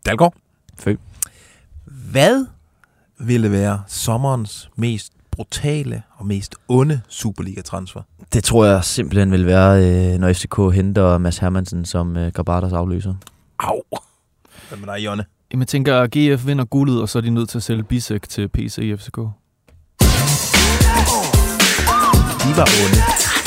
Dalgaard. Fø. Hvad ville være sommerens mest brutale og mest onde Superliga-transfer? Det tror jeg simpelthen vil være, når FCK henter Mads Hermansen som Grabatas afløser. Au! Hvad med dig, Jonne? Jamen, jeg tænker, at GF vinder guldet, og så er de nødt til at sælge Bisek til PC i FCK. De var onde.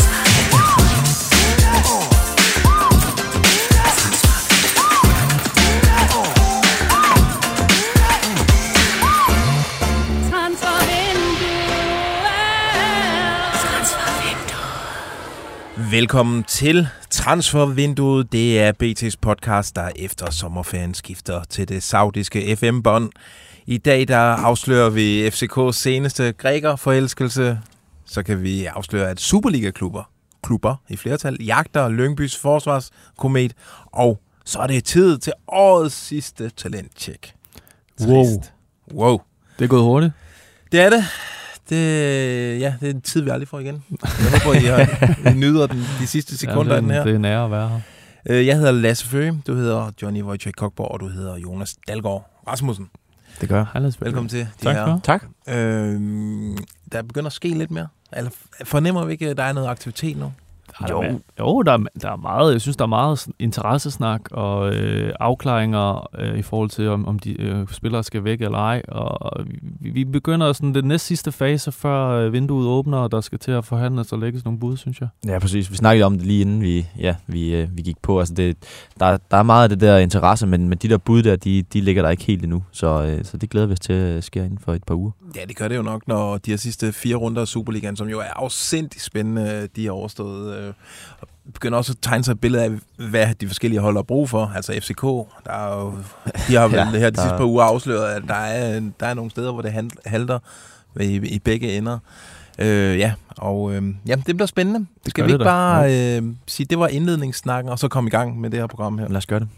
Velkommen til Transfervinduet. Det er BT's podcast, der efter sommerferien skifter til det saudiske FM-bånd. I dag der afslører vi FCK's seneste grækerforelskelse. Så kan vi afsløre, at Superliga-klubber i flertal jagter Lyngbys forsvarskomet. Og så er det tid til årets sidste talenttjek. Wow. Det er gået hurtigt. Det er det. Det er en tid, vi aldrig får igen. Jeg håber, I nyder de sidste sekunder af den her. Det er nære at være her. Jeg hedder Lasse Føge, du hedder Johnny Wojciech Kokborg, og du hedder Jonas Dalgaard Rasmussen. Det gør jeg. Velkommen til. Tak. Der begynder at ske lidt mere. Eller fornemmer vi ikke, at der er noget aktivitet nu? Jo, der er meget. Jeg synes, der er meget interessesnak og afklaringer i forhold til, om de spillere skal væk eller ej. Og vi begynder sådan den næst sidste fase, før vinduet åbner, og der skal til at forhandles og lægges nogle bud, synes jeg. Ja, præcis. Vi snakkede om det lige inden vi gik på. Altså der er meget af det der interesse, men de der bud der, de ligger der ikke helt endnu. Så det glæder vi os til at ske inden for et par uger. Ja, det gør det jo nok, når de her sidste 4 runder af Superligaen, som jo er afsindigt spændende, de er overstået. Og begynder også at tegne sig et billede af, hvad de forskellige hold har brug for. Altså FCK, de har vel her de sidste par uger afsløret, at der er nogle steder, hvor det halter i begge ender. Det bliver spændende. Skal vi ikke bare sige, det var indledningssnakken, og så komme i gang med det her program her? Lad os gøre det.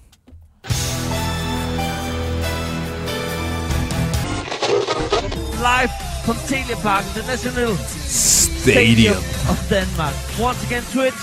Live from Teleparken, the National Stadium of Denmark. Once again, Twitch.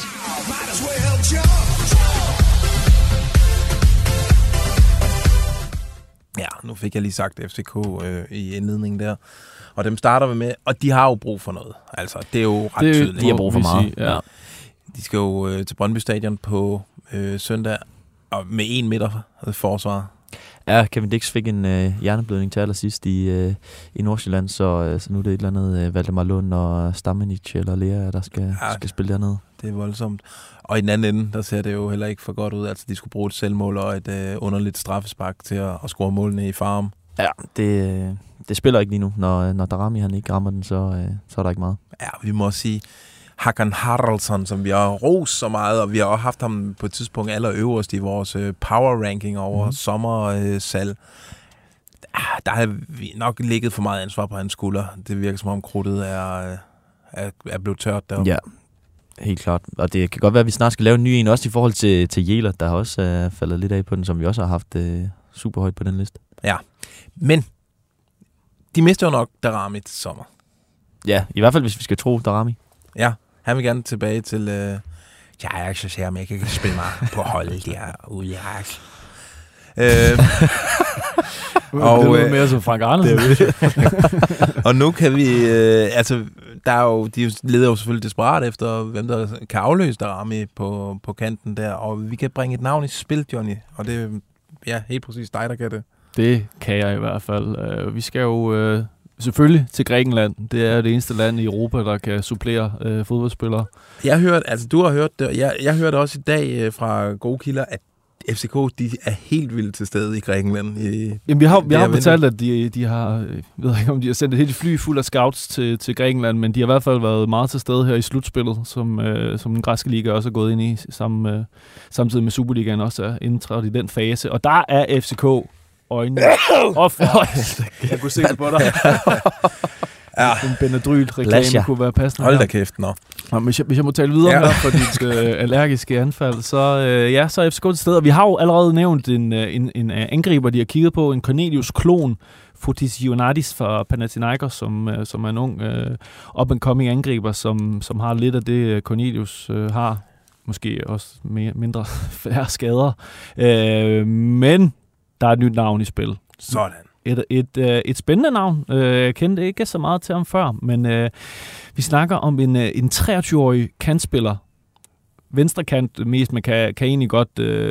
Ja, nu fik jeg lige sagt FCK i indledningen der. Og dem starter vi med, og de har jo brug for noget. Altså, det er jo ret tydeligt. De har brug for meget. Ja. De skal jo til Brøndby Stadion på søndag, og med 1 meter forsvar. Ja, Kevin Dix fik en hjerneblødning til allersidst i Nordsjælland, så nu er det et eller andet Valdemar Lund og Stamenic eller Lea, der skal spille dernede. Det er voldsomt. Og i den anden ende, der ser det jo heller ikke for godt ud. Altså, de skulle bruge et selvmål og et underligt straffespark til at score målene i Farum. Ja, det spiller ikke lige nu. Når Darami han ikke rammer den, så er der ikke meget. Ja, vi må også sige, Hakan Haraldsson, som vi har rost så meget, og vi har også haft ham på et tidspunkt allerøverst i vores power ranking over sommersalg. Der har vi nok ligget for meget ansvar på hans skulder. Det virker som om krudtet er blevet tørt deroppe. Ja, helt klart. Og det kan godt være, at vi snart skal lave en ny en, også i forhold til Jæler, der har også faldet lidt af på den, som vi også har haft super højt på den liste. Ja, men de mister jo nok Darami til sommer. Ja, i hvert fald hvis vi skal tro Darami. Ja, han vil gerne tilbage til... jeg er ikke så sikker, men jeg kan ikke spille mig på holdet der ude i Ajax. Og det er mere som Frank Andersen. Og nu kan vi... de leder jo selvfølgelig desperat efter, hvem der kan afløse Darami på kanten der. Og vi kan bringe et navn i spil, Johnny. Og det er helt præcis dig, der kan det. Det kan jeg i hvert fald. Vi skal jo... selvfølgelig til Grækenland. Det er det eneste land i Europa, der kan supplere fodboldspillere. Du har hørt det, jeg hørte også i dag fra gode kilder, at FCK, de er helt vildt til stede i Grækenland. Jamen, vi har fortalt, at de har, jeg ved ikke om de har sendt et helt fly fuld af scouts til Grækenland, men de har i hvert fald været meget til stede her i slutspillet, som den græske liga også er gået ind i, samtidig med Superligaen også er indtrådt i den fase. Og der er FCK øjnene jeg kunne se det på dig. Ja. En Benadryl-reklame kunne være passende. Hold da kæft, nå. Hvis jeg må tale videre her for dit allergiske anfald, så er FCK til stede. Vi har jo allerede nævnt en angriber, de har kigget på, en Cornelius-klon, Fotis Ioannidis fra Panathinaikos, som er en ung up-and-coming angriber, som har lidt af det, Cornelius har. Måske også mindre færre skader. Men der er et nyt navn i spil. Sådan. Et spændende navn. Jeg kendte ikke så meget til ham før, men vi snakker om en 23-årig kantspiller. Venstre kant mest, man kan egentlig godt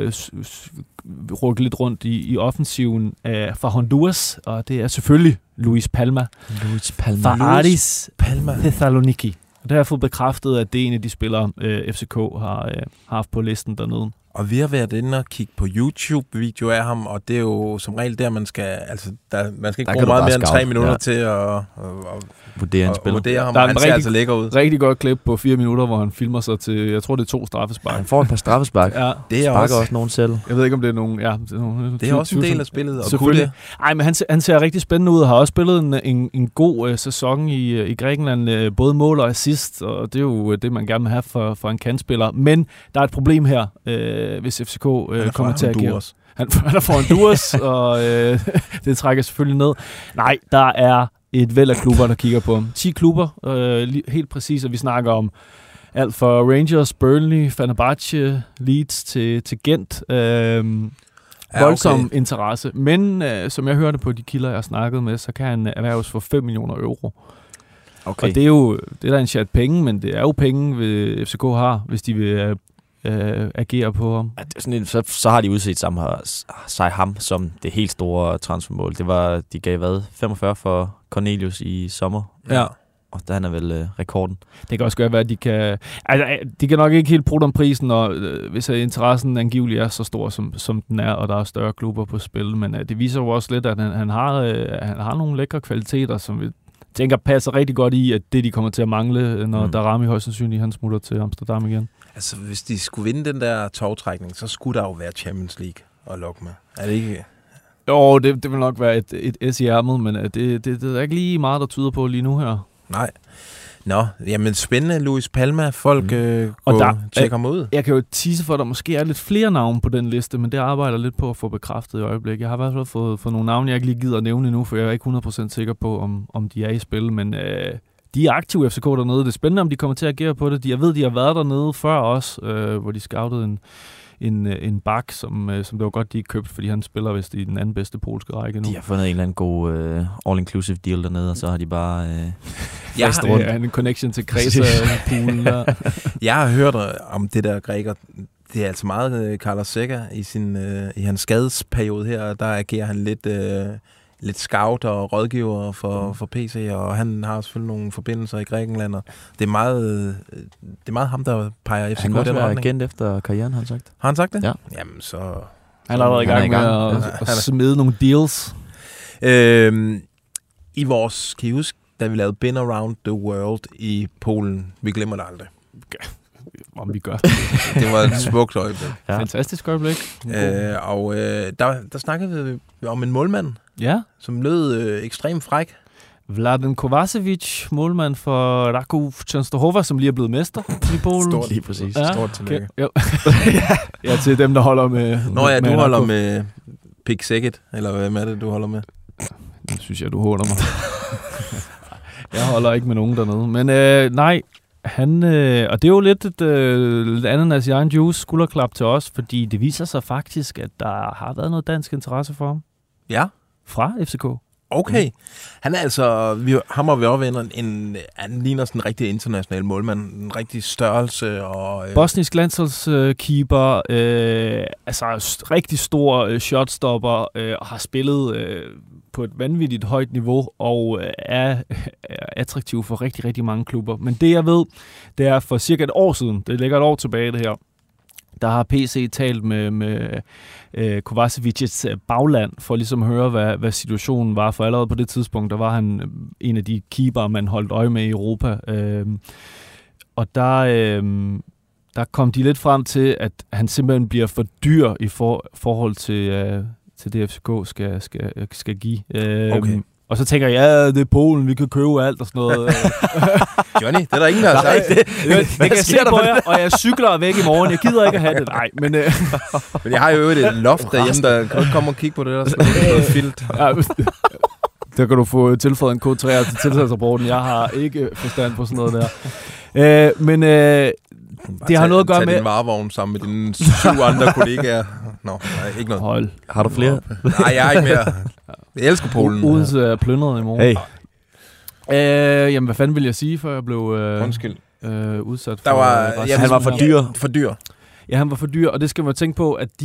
rykke lidt rundt i offensiven fra Honduras, og det er selvfølgelig Luis Palma. Fra Aris Thessaloniki. Og det har jeg fået bekræftet, at det er en af de spillere, FCK har haft på listen dernede. Og vi har været inde og kigge på YouTube-video af ham, og det er jo som regel der, man skal... Altså, man skal ikke bruge meget mere end 3 minutter til at vurdere en spiller. Vurdere ham, der er han ser altså lækker ud. Rigtig godt klip på 4 minutter, hvor han filmer sig til, jeg tror det er 2 straffespark. Han får et par straffespark. Ja. Det er også nogen selv. Jeg ved ikke, om det er nogen... Ja, det er også en del af spillet. Og selvfølgelig. Nej, men han ser rigtig spændende ud, og har også spillet en god sæson i Grækenland. Både mål og assist, og det er jo det, man gerne vil have for en kantspiller. Men der er et problem her, hvis FCK kommer til at agere. Han er for Honduras, og det trækker selvfølgelig ned. Nej, der er et væld af klubber, der kigger på ham. 10 klubber, helt præcis, og vi snakker om alt fra Rangers, Burnley, Fenerbahce, Leeds til Gent. Voldsom interesse. Men som jeg hørte på de kilder, jeg har snakket med, så kan han erhverves for 5 millioner euro. Okay. Og det er jo det er der en chat penge, men det er jo penge, FCK har, hvis de vil agere på ham. Ja, det er sådan så har de udset sig ham som det helt store transfermål. Det var, de gav 45 for Cornelius i sommer. Ja. Og der han er vel rekorden. Det kan også godt være, at de kan... Altså, de kan nok ikke helt bruge om prisen, og hvis interessen angiveligt er så stor, som den er, og der er større klubber på spil. Men det viser jo også lidt, at han har nogle lækre kvaliteter, som vi tænker passer rigtig godt i, at det de kommer til at mangle, når Darami højst sandsynligt han smutter til Amsterdam igen. Altså, hvis de skulle vinde den der tovtrækning, så skulle der jo være Champions League at lokke med. Er det ikke... Jo, det vil nok være et S i ærmet, men det er ikke lige meget, der tyder på lige nu her. Nej. Nå, jamen spændende, Luis Palma. Folk tjekker ham ud. Jeg kan jo tease for, at der måske er lidt flere navne på den liste, men det arbejder lidt på at få bekræftet i øjeblikket. Jeg har i hvert fald fået nogle navne, jeg ikke lige gider at nævne endnu, for jeg er ikke 100% sikker på, om de er i spil, men de er aktive FCK dernede. Det er spændende, om de kommer til at agere på det. Jeg ved, de har været dernede før også, hvor de scoutede en bak, som det var godt, de ikke købt, fordi han spiller vist i den anden bedste polske række nu. De har fundet en eller anden god all-inclusive deal dernede, og så har de bare en connection til Kreta-poolen der. Jeg har hørt om det der græker. Det er altså meget Carlos Seca i hans skadesperiode her. Der agerer han lidt scout og rådgiver for PC, og han har selvfølgelig nogle forbindelser i Grækenland, og det er meget ham, der peger FCK den retning. Han kan også være agent efter karrieren, har han sagt. Har han sagt det? Ja. Jamen, så... Han er allerede i gang med at smide nogle deals. I vores, kan I huske, da vi lavede Been Around the World i Polen? Vi glemmer det aldrig. Om vi gør. Det var et smukt øjeblik. Ja. Fantastisk øjeblik. Der snakkede vi om en målmand, som lød ekstremt fræk. Vladen Kovacevic, målmand for Rakov Częstochowa, som lige er blevet mester i Polen. Stort, lige præcis. Ja. Stort tillykke. Ja, til dem, der holder med... Nå ja, du holder med Pik Sækket, eller hvad er det, du holder med? Det synes jeg, du holder mig. Jeg holder ikke med nogen dernede. Men nej, han... og det er jo lidt et andet Nazian Juice skulderklap til os, fordi det viser sig faktisk, at der har været noget dansk interesse for ham. Ja. Fra FCK. Okay. Han er altså, ham og vi overvinder han ligner sådan en rigtig international målmand, en rigtig størrelse. Og bosnisk landsholdskeeper, altså rigtig stor shotstopper, og har spillet på et vanvittigt højt niveau, og er attraktiv for rigtig, rigtig mange klubber. Men det jeg ved, det er for cirka et år siden, det ligger et år tilbage det her, der har PC talt med Kovacevics bagland, for ligesom at høre, hvad situationen var. For allerede på det tidspunkt, der var han en af de keepere, man holdt øje med i Europa. Og der kom de lidt frem til, at han simpelthen bliver for dyr i forhold til det, FCK skal give. Okay. Og så tænker jeg, ja, det er Polen, vi kan købe alt og sådan noget. Johnny, det er der ingen, der har sagt. Det kan jeg se på jer, og jeg cykler væk i morgen. Jeg gider ikke at have det. Nej, men... Men jeg har jo et loft derhjemme, der kan komme og kigge på det der. Så noget filt. Ja, der kan du få tilføjet en K3 til tilsatsrapporten. Jeg har ikke forstand på sådan noget der. Men Det har noget at gøre med... din varevogn sammen med dine 7 andre kollegaer. Nå, nej, ikke noget. Hold. Har du flere? Nej, jeg er ikke mere. Jeg elsker Polen. Odense er plyndret i morgen. Hey. Jamen, hvad fanden vil jeg sige, før jeg blev Undskyld. udsat for... Han var for dyr. For dyr. Ja, han var for dyr, og det skal man tænke på, at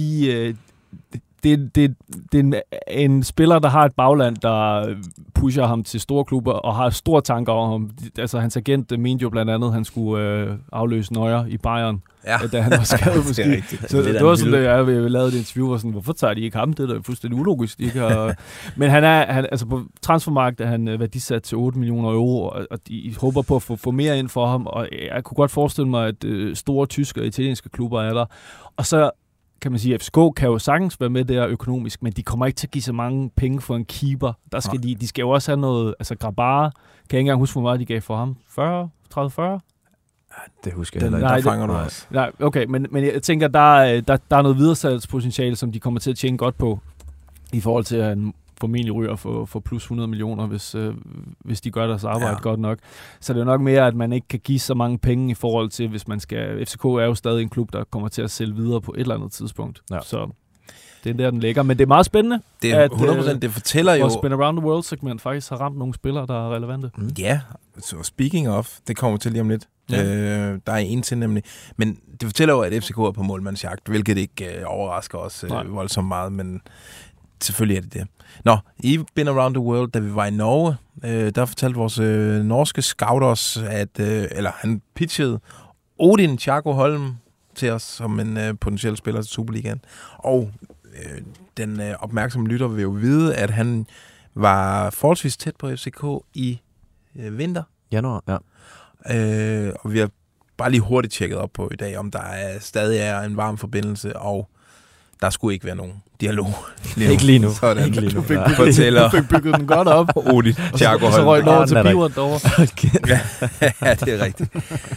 det er en spiller, der har et bagland, der pusher ham til store klubber og har store tanker over ham. Altså, hans agent mente jo blandt andet, at han skulle afløse Neuer i Bayern, da han var skadet måske. Så det var sådan, at vi lavede et interview, hvor sådan, hvorfor tager de ikke ham? Det er da fuldstændig ulogisk. Men han altså på transfermarkedet er han værdisat til 8 millioner euro, og de håber på at få mere ind for ham, og jeg kunne godt forestille mig, at store tyske og italienske klubber er der. Og så kan man sige, at FCK kan jo sagtens være med der økonomisk, men de kommer ikke til at give så mange penge for en keeper. Der skal de skal jo også have noget, altså Grabara, kan jeg ikke engang huske, hvor meget de gav for ham? 30-40? Det husker jeg heller ikke. Der fanger du også. Nej, okay, men jeg tænker, der er noget videresalgspotentiale, som de kommer til at tjene godt på, i forhold til, at han formentlig ryger for plus 100 millioner, hvis de gør deres arbejde godt nok. Så det er nok mere, at man ikke kan give så mange penge i forhold til, hvis man skal... FCK er jo stadig en klub, der kommer til at sælge videre på et eller andet tidspunkt. Ja. Så det er der, den ligger. Men det er meget spændende. Det er 100%, det fortæller jo... Vores Spin Around the World-segment faktisk har ramt nogle spillere, der er relevante. Ja, så speaking of, det kommer til lige om lidt. Ja. Der er en til nemlig. Men det fortæller jo, at FCK er på målmandsjagt, hvilket ikke overrasker os voldsomt meget, men selvfølgelig er det det. Nå, i Been Around the World, da vi var i Norge, der fortalte vores norske scout os, at han pitchede Odin Thiago Holm til os som en potentiel spiller til Superligaen. Og den opmærksomme lytter vil jo vide, at han var forholdsvis tæt på FCK i vinter. Januar, ja. Og vi har bare lige hurtigt tjekket op på i dag, om der stadig er en varm forbindelse, og der skulle ikke være nogen dialog. Ikke lige nu. Sådan. Ikke lige nu. Du fik bygget den godt op. Odin Thiago Holm. Så røg den over til Bivert derovre. Ja, det er rigtigt.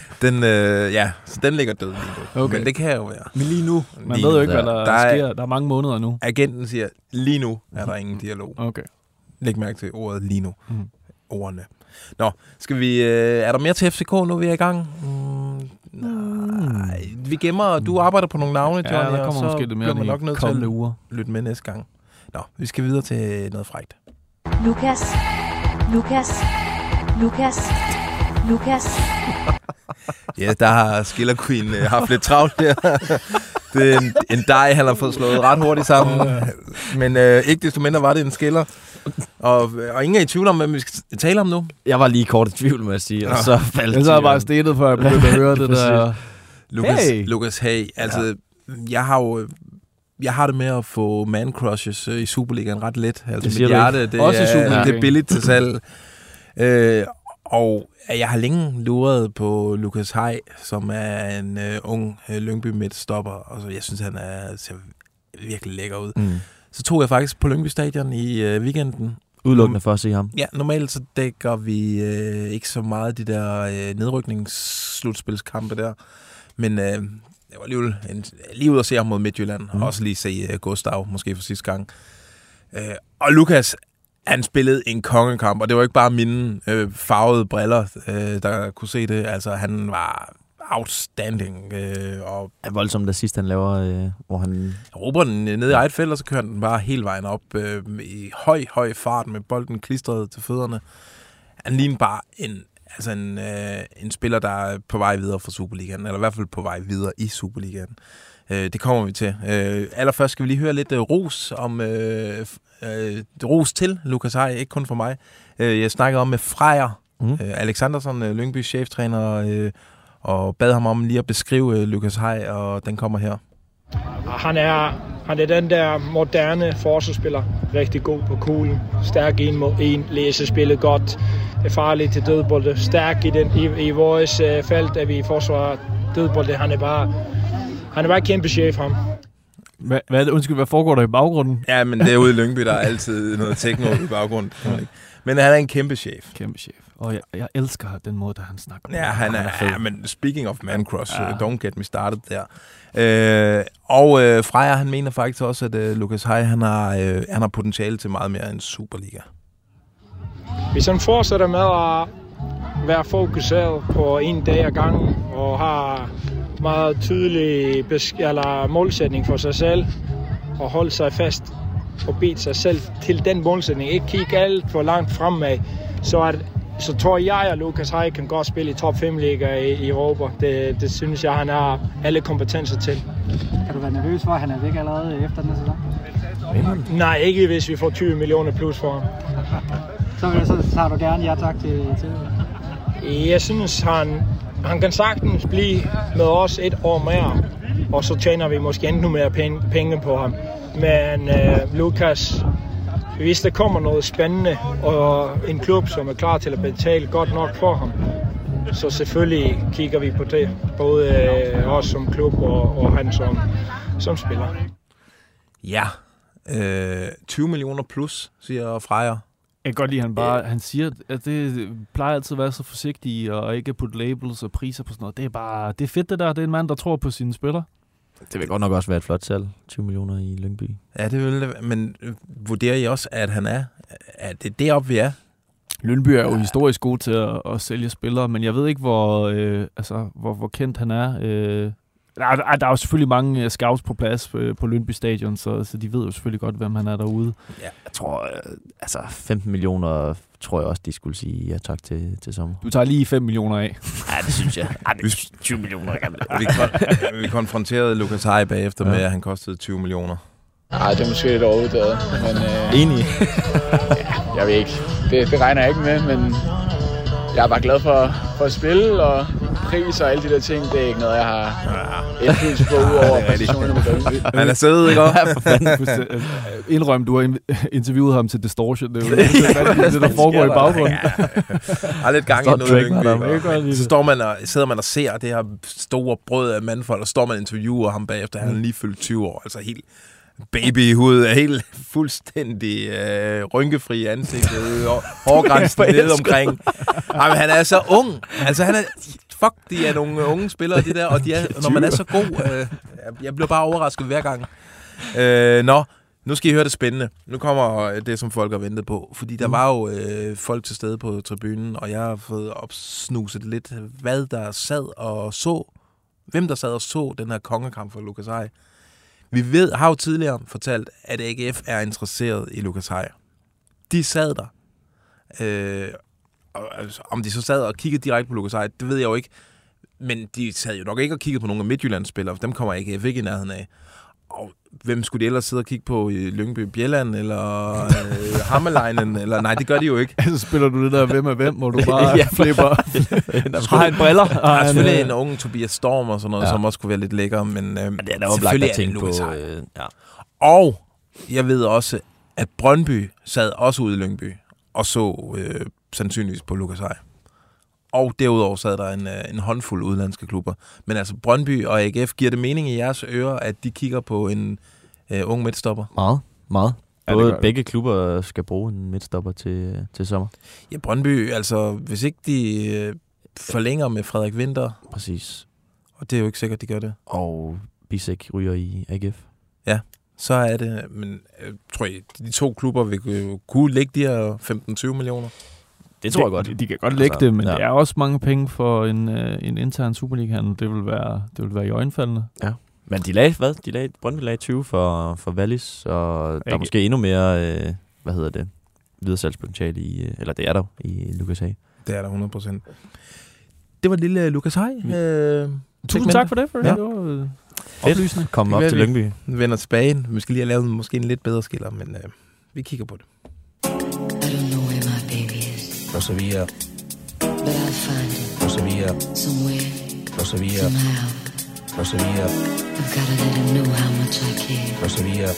Så den ligger død lige nu. Okay. Men det kan jo være. Men lige nu? Man ved jo ikke, hvad der sker. Der er mange måneder nu. Agenten siger, lige nu er der ingen dialog. Okay. Læg mærke til ordet lige nu. Ordene. Nå, skal vi... er der mere til FCK nu, vi er i gang? Nej, vi gemmer... Du arbejder på nogle navne, Johnny, der kommer måske lidt mere nok nødt til uger. Lytte med næste gang. Nå, vi skal videre til noget frækt. Lukas. Ja, der har Skiller Queen haft lidt travlt der. Det er en dej, han har fået slået ret hurtigt sammen. Men ikke desto mindre var det en skiller. Og ingen er i tvivl om, hvad vi skal tale om nu. Jeg var lige kort i tvivl, med at sige, og så faldt jeg. Så bare stenet, før jeg begyndte at høre det der. Lukas, hey, altså, jeg har det med at få man-crushes i Superligaen ret let. Altså, mit hjerte, det er billigt til salg. Og jeg har længe luret på Lukas Hej, som er en ung Lyngby midtstopper, og så jeg synes, han ser virkelig lækker ud. Så tog jeg faktisk på Lyngby Stadion i weekenden. Udelukkende for at se ham? Ja, normalt så dækker vi ikke så meget de der nedrykningsslutspilskampe der. Men jeg var alligevel lige ude at se ham mod Midtjylland, og også lige se Gustav, måske for sidste gang. Og Lukas, han spillede en kongekamp, og det var ikke bare mine farvede briller, der kunne se det. Altså, han var outstanding. Og er voldsomt det sidste, han laver, hvor han... råber den ned i eget felt, og så kører den bare hele vejen op i høj fart med bolden klistret til fødderne. Han ligner bare en spiller, der er på vej videre fra Superligaen, eller i hvert fald på vej videre i Superligaen. Det kommer vi til. Allerførst skal vi lige høre lidt ros om... ros til Lukas Hej, ikke kun for mig. Jeg snakkede om med Frejer Alexandersson, Lyngbys cheftræner, og bad ham om lige at beskrive Lukas Hej, og den kommer her. Han er den der moderne forsvarsspiller. Rigtig god på kuglen. Stærk 1 mod 1. Læser spillet godt. Er farlig til dødbolde. Stærk i vores felt, at vi forsvarer dødbolde. Han er bare kæmpe chef, ham. Hvad foregår der i baggrunden? Ja, men det er ude i Lyngby, der er altid noget techno i baggrunden. Men han er en kæmpe chef. Kæmpe chef. Og jeg elsker den måde, der han snakker om. Ja, han er men speaking of man crush, don't get me started der. Og Freja, han mener faktisk også, at Lukas Hej, han har potentiale til meget mere end Superliga. Hvis han fortsætter med at være fokuseret på en dag ad gangen, og har meget tydelig målsætning for sig selv, og holde sig fast og bede sig selv til den målsætning. Ikke kigge alt for langt fremad, så tror jeg, at Lucas Heij kan godt spille i top 5 liga i Europa. Det synes jeg, han har alle kompetencer til. Kan du være nervøs for, at han er væk allerede efter den sæson? Nej, ikke hvis vi får 20 millioner plus for ham. Så tager du gerne ja tak til. Jeg synes, han kan sagtens blive med os et år mere, og så tjener vi måske endnu mere penge på ham. Men Lucas, hvis der kommer noget spændende, og en klub, som er klar til at betale godt nok for ham, så selvfølgelig kigger vi på det. Både os som klub og han som spiller. Ja, 20 millioner plus, siger Freja. Jeg kan godt lide, han siger, at det plejer altid at være så forsigtig og ikke putte labels og priser på sådan noget. Det er fedt det der. Det er en mand, der tror på sine spillere. Det vil godt nok også være et flot salg. 20 millioner i Lyngby. Ja, det vil det. Men vurderer I også, at han er det deroppe, vi er? Lyngby er jo historisk god til at sælge spillere, men jeg ved ikke, hvor kendt han er. Der er jo selvfølgelig mange scouts på plads på Lyngby Stadion, så de ved jo selvfølgelig godt, hvem han er derude. Ja, jeg tror, 15 millioner tror jeg også, de skulle sige ja tak til sommer. Du tager lige 5 millioner af. Ja, det synes jeg. Det er 20 millioner. Vi konfronterede Lucas Heij bagefter med, at han kostede 20 millioner. Nej, det er måske lidt overvurderet, men... Enig. Jeg ved ikke. Det regner jeg ikke med, men jeg er bare glad for at spille, og pris og alle de der ting, det er ikke noget, jeg har indflydelse på udover positionerne med Lyngby. Han er sød, ikke også? Indrøm, du har interviewet ham til Distortion. Det er jo det, der foregår i baggrunden. Har lidt gang i noget Lyngby. Så sidder man og ser det her store brød af mandfolk, og står man og interviewer ham bagefter. Han er lige fyldt 20 år, altså helt baby i hovedet, er helt fuldstændig rynkefri ansigtet, hårgrænsen nede omkring. Jamen, han er så ung. Altså, de er nogle unge spillere, de der, og når man er så god, jeg bliver bare overrasket hver gang. Nu skal I høre det spændende. Nu kommer det, som folk har ventet på, fordi der var jo folk til stede på tribunen, og jeg har fået opsnuset lidt, hvad der sad og så, hvem der sad og så den her kongekamp for Lucas Heij. Vi har jo tidligere fortalt, at AGF er interesseret i Lucas Heij. De sad der. Om de så sad og kiggede direkte på Lucas Heij, det ved jeg jo ikke. Men de sad jo nok ikke og kiggede på nogle af Midtjyllands-spillere, for dem kommer AGF ikke i nærheden af. Og hvem skulle de ellers sidde og kigge på i Lyngby? Bjelland eller Hammerleinen? Eller nej, det gør de jo ikke. Så spiller du det der hvem er hvem, hvor du bare flipper. Har han briller? Der er selvfølgelig en unge Tobias Storm og sådan noget, som også kunne være lidt lækker, men det er da selvfølgelig at tænke på. Og jeg ved også, at Brøndby sad også ude i Lyngby og så sandsynligvis på Lucas Heij. Og derudover sad der en håndfuld udlandske klubber. Men altså Brøndby og AGF, giver det mening i jeres ører, at de kigger på en ung midtstopper? Meget. Både begge klubber skal bruge en midtstopper til sommer. Ja, Brøndby, altså hvis ikke de forlænger med Frederik Winther. Præcis. Og det er jo ikke sikkert, de gør det. Og Bisek ryger i AGF. Ja, så er det, men tror jeg, de to klubber vil kunne lægge de her 15-20 millioner. Det tror jeg godt. De kan godt lægge det, men det er også mange penge for en intern Superliga-handel. Det vil være i øjenfaldende. Ja. Men de lagde hvad? Brøndby lagde 20 for Wallis, og der er måske endnu mere, videresalgspotentiale i, eller det er der i Lucas Heij. Det er der 100%. Det var lille Lucas Heij. Tusind tak for det. Det var oplysende. Kom op til Lyngby. Vi vender tilbage. Vi skal lige have lavet en lidt bedre skiller, men vi kigger på det. Og så videre. Og så videre. Og så videre. Og så videre. Og så videre.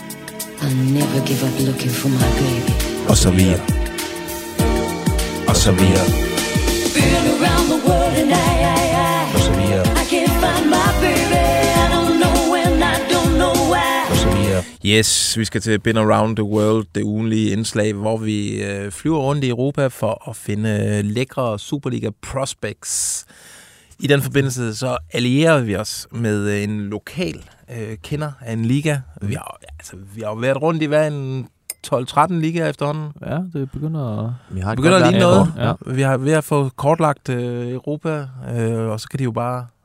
Og så videre. Og så videre. Og så videre. Yes, vi skal til Been Around the World, det ugenlige indslag, hvor vi flyver rundt i Europa for at finde lækre Superliga prospects. I den forbindelse så allierer vi os med en lokal kender af en liga. Vi har jo været rundt i hver en 12-13 ligaer efterhånden. Ja, det begynder at ligne noget. Ja. Vi har ved at få kortlagt Europa, og så kan de jo bare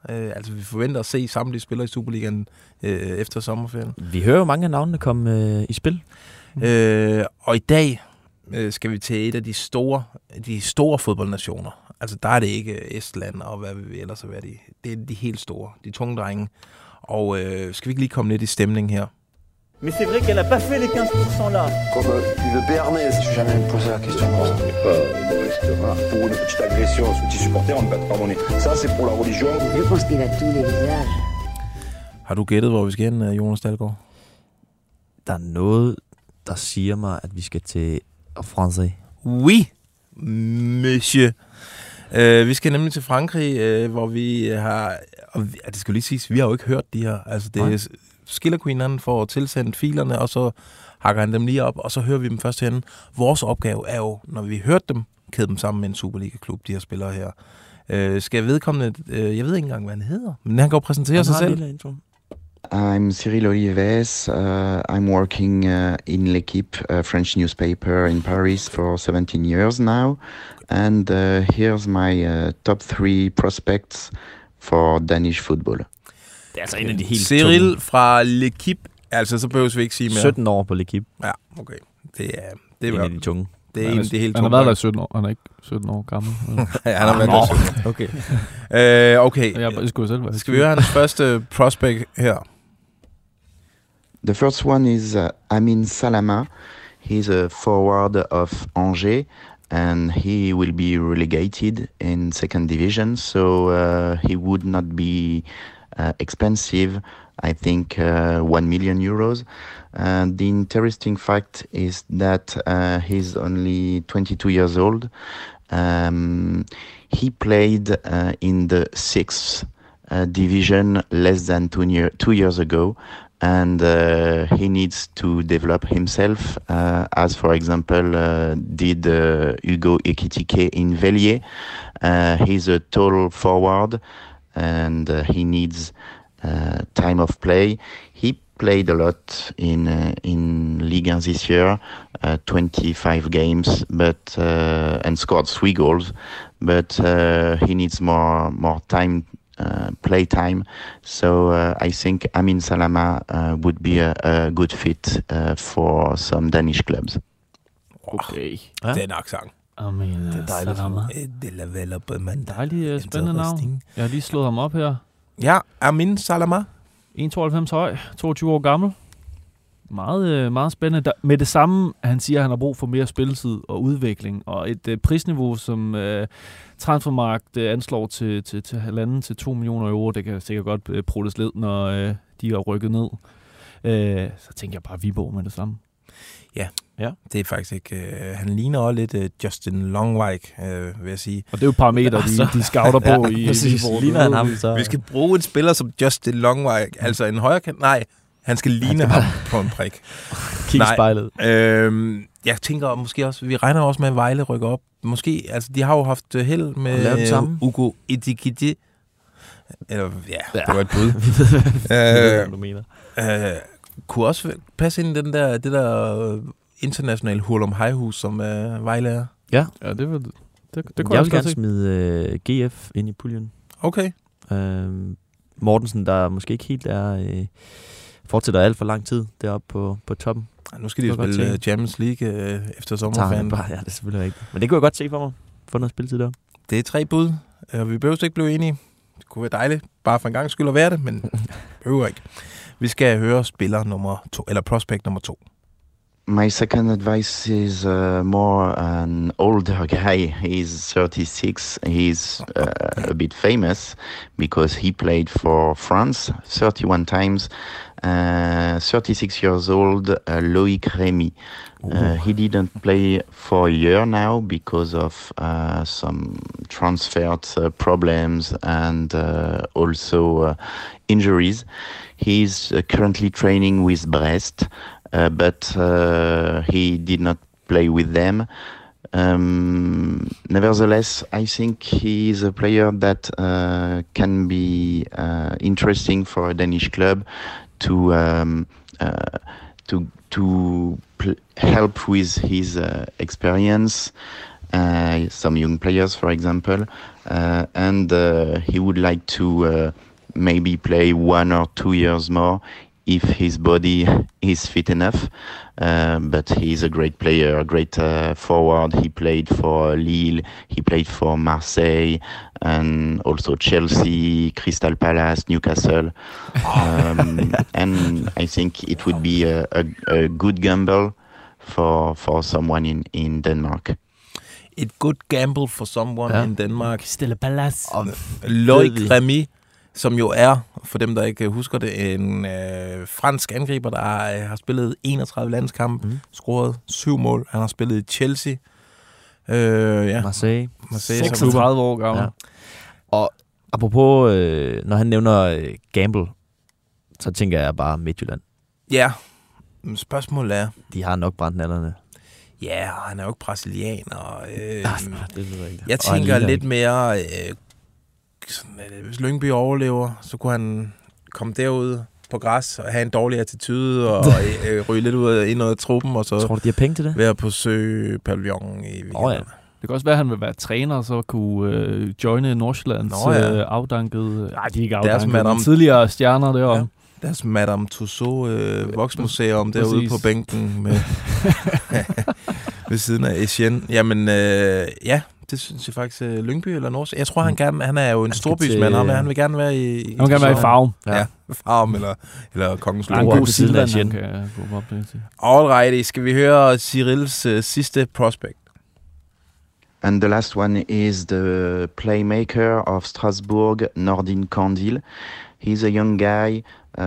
Altså, vi forventer at se samtlige spillere i Superligaen efter sommerferien. Vi hører jo mange af navnene komme i spil. Og i dag skal vi til et af de store fodboldnationer. Altså, der er det ikke Estland og hvad vi ellers være. Det er de helt store, de tunge drenge. Og skal vi ikke lige komme lidt i stemning her? Mais c'est vrai qu'elle a pas fait les 15% là. Comme une béarnaise, je suis jamais posé la question comme ça. Mais pas une restaurant pour une petite agression sous petit supporter, on ne va pas pardonner. Ça, c'est pour la religion. Je pense qu'il a tous les visages. Har du gættet, hvor vi skal hen, Jonas Dahlgaard? Der er noget, der siger mig, at vi skal til Frankrig. Oui, monsieur. Vi skal nemlig til Frankrig, hvor vi har... Og det skal lige siges, vi har jo ikke hørt de her. Altså, det er Skiller Queen, han får tilsendt filerne, og så hakker han dem lige op, og så hører vi dem først hen. Vores opgave er jo, når vi hørte dem, kæde dem sammen med en Superliga-klub, de her spillere her. Skal jeg vedkommende... jeg ved ikke engang, hvad han hedder, men han kan jo præsentere sig selv. I'm Cyril Olives. I'm working in L'Équipe, a French newspaper in Paris for 17 years now. And here's my top 3 prospects for Danish football. Det er altså en af de helt Cyril tunge. Fra L'Équipe. Altså, så behøver vi ikke sige mere. 17 år på L'Équipe. Ja, okay. Det er en af de tunge. Det er en af de helt tunge. Han har været der i 17 år. Han er ikke 17 år gammel. Ja, han har været der 17 år. Okay. Okay. Jeg skulle selv være. Skal vi høre hans første prospect her? The first one is Amin Salama. He's a forward of Angers, and he will be relegated in second division, so he would not be expensive. I think 1 million euros. The interesting fact is that he's only 22 years old. He played in the 6th division less than 2 years ago, and he needs to develop himself, as for example did Hugo Ekitike in Vellier. He's a total forward, and he needs time of play. He played a lot in Ligue 1 this year, 25 games, but and scored 3 goals. But he needs more time, play time. So I think Amin Salama would be a good fit for some Danish clubs. Okay. Ja? Det er nok sang. Amin Salama. Dejligt spændende navn. Jeg har lige slået ham op her. Ja, Amin Salama. 1,92 høj, 22 år gammel. Meget, meget spændende. Med det samme, han siger, at han har brug for mere spilletid og udvikling, og et prisniveau, som transfermarkt anslår til 1,5 til 2 millioner euro. Det kan sikkert godt pruttes lidt, når de er rykket ned. Så tænker jeg bare Viborg med det samme. Ja, det er faktisk ikke... han ligner også lidt Justin Longwijk, vil jeg sige. Og det er jo parametre, de scouter på i Viborg. Ligner han ham, så... Vi skal bruge en spiller som Justin Longwijk, altså en højrekant. Nej, han skal ligne ham på en prik. Kig spejlet. Jeg tænker måske også... Vi regner også med, at Vejle rykker op. Måske... Altså, de har jo haft held med Hugo Ekitike. Eller, det var et bud. Hvad du mener. Kunne også passe ind i det der internationale hurlum hejhus, som Vejle er. Ja, det kunne jeg vil gerne smide GF ind i puljen. Okay. Mortensen, der måske ikke helt er fortsætter alt for lang tid deroppe på toppen. Nu skal de jo spille Champions League efter sommerferien. Ja, det er selvfølgelig rigtigt. Men det kunne jeg godt se for mig. Få noget spilletid der. Det er 3 bud. Vi behøver ikke blive enige. Det kunne være dejligt. Bare for en gang skyld at være det, men behøver ikke. Vi skal høre spiller nummer 2, eller prospect nummer 2. My second advice is more an older guy. He's 36. He's a bit famous because he played for France 31 times. 36 years old, Loïc Rémy. He didn't play for a year now because of some transfer problems and also injuries. He's currently training with Brest, but he did not play with them. Nevertheless, I think he is a player that can be interesting for a Danish club to help with his experience some young players, for example, and he would like to maybe play 1 or 2 years more if his body is fit enough. But he's a great player, a great forward. He played for Lille, he played for Marseille, and also Chelsea, Crystal Palace, Newcastle. And I think it would be a good gamble for someone in Denmark. Et good gamble for someone in Denmark. Crystal Palace. Loic Remy, som jo er, for dem der ikke husker det, en fransk angriber, der har spillet 31 landskampe, scoret 7 mål. Han har spillet i Chelsea. Marseille 36 år gammel. Ja. Og apropos, når han nævner gamble, så tænker jeg bare Midtjylland. Ja, spørgsmålet er... De har nok brændt nallerne. Ja, han er jo ikke brasilianer. Det jeg tænker lidt mere... hvis Lyngby overlever, så kunne han komme derud på græs og have en dårlig attitude og ryge lidt ud ind af truppen, og så tror du, de har penge til det? Være på pavillonen i weekenden. Ja. Det kan også være, at han vil være træner, og så kunne joine Nordsjællands afdankede... Nej, de er ikke afdankede, men tidligere stjerner derovre. Ja. Deres Madame Tussauds voksmuseum derude på bænken med ved siden af Etienne. Jamen, det synes jeg faktisk Lyngby eller Nordsjælland. Jeg tror, han er jo en storbysmand. Han vil gerne være i... Han vil gerne være i Farum. Ja, Farum eller Kongens Løve. Han er en god Silvan. Alrighty, skal vi høre Cyrils sidste prospect? And the last one is the playmaker of Strasbourg, Nordin Kandil. He's a young guy,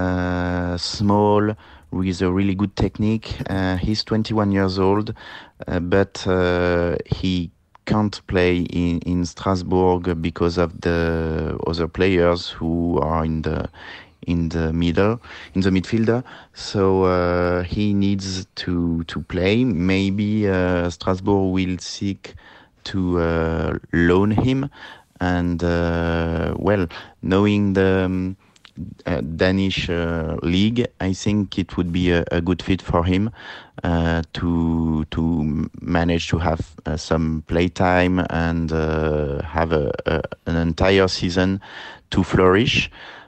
small, with a really good technique. He's 21 years old, but he can't play in Strasbourg because of the other players who are in the midfielder. So he needs to play. Maybe Strasbourg will seek to loan him, and knowing the Danish league, I think it would be a good fit for him to manage to have some playtime and have an entire season to flourish.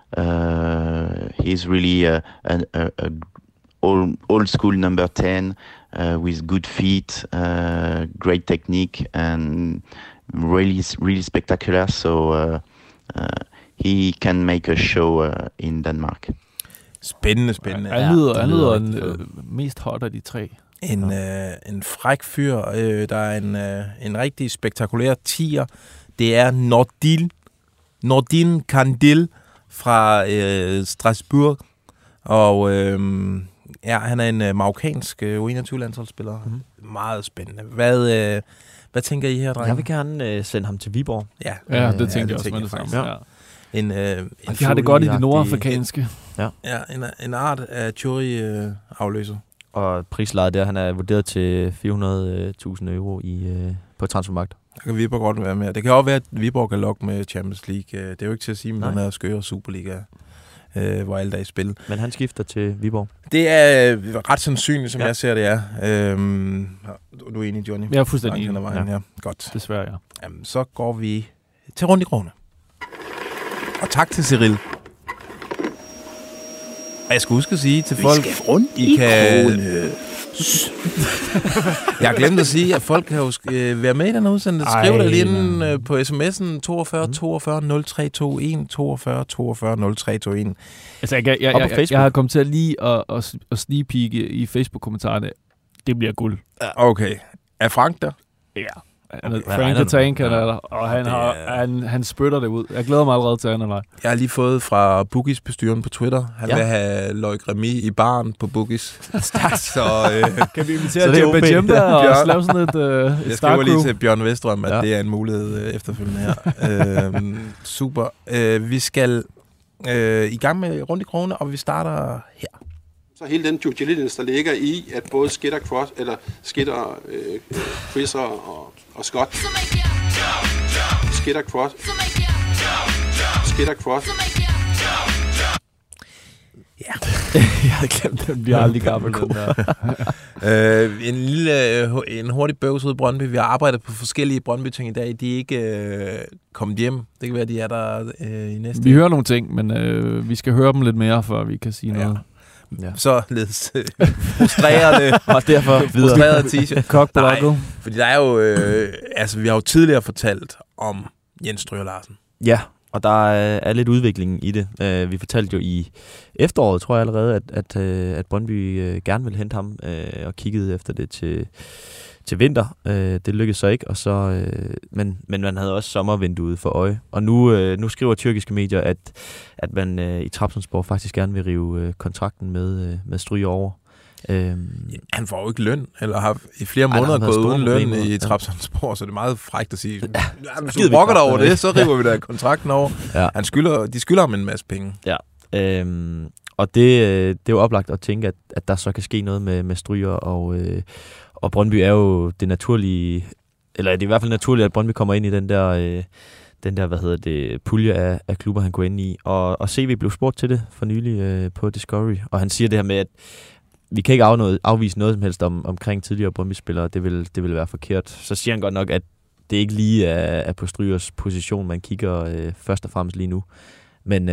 He's really an old school number 10 with good feet, great technique, and really spectacular. So he can make a show in Denmark. Spændende. Han lyder mest hot af de tre. En fræk fyr, der er en rigtig spektakulær tier. Det er Nordin Kandil fra Strasbourg. Og han er en marokkansk U21-landsholdsspiller. Meget spændende. Hvad tænker I her, drenge? Jeg vil gerne sende ham til Viborg. Ja, det tænker jeg også med det samme. Ja. De har det godt i det nordafrikanske. Ja, en art af Churi-afløser. Og prislejet der, han er vurderet til 400.000 euro på Transfermarkt. Der kan Viborg godt være med. Det kan også være, at Viborg kan lokke med Champions League. Det er jo ikke til at sige, at han er skøre Superliga, hvor alle der er i spil. Men han skifter til Viborg. Det er ret sandsynligt, som jeg ser det er. Du er enig, Johnny? Jeg er fuldstændig enig. Ja. Godt. Desværre, ja. Jamen, så går vi til rundt i krone. Og tak til Cyril. Og jeg skal huske at sige til folk, I kan... Jeg har glemt at sige, at folk kan jo være med i den udsendelse. Skriv dig lige inden på sms'en 42 42 0321 42 42 0321. Altså, jeg har kommet til lige at sneakpeake i Facebook-kommentarerne. Det bliver guld. Okay. Er Frank der? Ja. Frank the Tank, og han spytter det ud. Jeg glæder mig allerede til andet. Jeg har lige fået fra Boogies-bestyren på Twitter. Han vil have Loic Remy i baren på Boogies. Så kan vi invitere til Jemba og lave sådan et jeg skriver lige til Bjørn Vestrøm, at det er en mulighed efterfølgende her. Super. Vi skal i gang med rundt i krone, og vi starter her. Så hele den due diligence, der ligger i, at både Skitter, Chriser og Scott. Skitter, Cross. Ja, Jeg havde glemt dem, de har aldrig gammel den der. En hurtig bøvs ud i Brøndby. Vi har arbejdet på forskellige Brøndby-ting i dag. De er ikke kommet hjem. Det kan være, de er der i næste. Vi hører nogle ting, men vi skal høre dem lidt mere, før vi kan sige noget. Ja. Således frustrerende og derfor frustrerede t-shirt. Nej, fordi der er jo vi har jo tidligere fortalt om Jens Stryger Larsen. Ja, og der er lidt udvikling i det. Vi fortalte jo i efteråret, tror jeg allerede, at Brøndby gerne ville hente ham og kiggede efter det til vinter. Det lykkedes så ikke, og så, men man havde også sommervinduet for øje. Og nu skriver tyrkiske medier, at man i Trabzonspor faktisk gerne vil rive kontrakten med Stryger over. Han får jo ikke løn, eller har i flere måneder gået uden løn i Trabzonspor, så det er meget frækt at sige, hvis du rokker dig over det, så river vi da kontrakten over. Ja. De skylder ham en masse penge. Ja. Og det er jo oplagt at tænke, at der så kan ske noget med Stryger, og Brøndby er jo det naturlige, eller det er i hvert fald naturligt, at Brøndby kommer ind i den der pulje af klubber, han går ind i. Og CV blev spurgt til det for nylig på Discovery, og han siger det her med, at vi kan ikke afvise noget som helst omkring tidligere Brøndby-spillere. Det vil være forkert. Så siger han godt nok, at det ikke lige er på Strygers position, man kigger først og fremmest lige nu. Men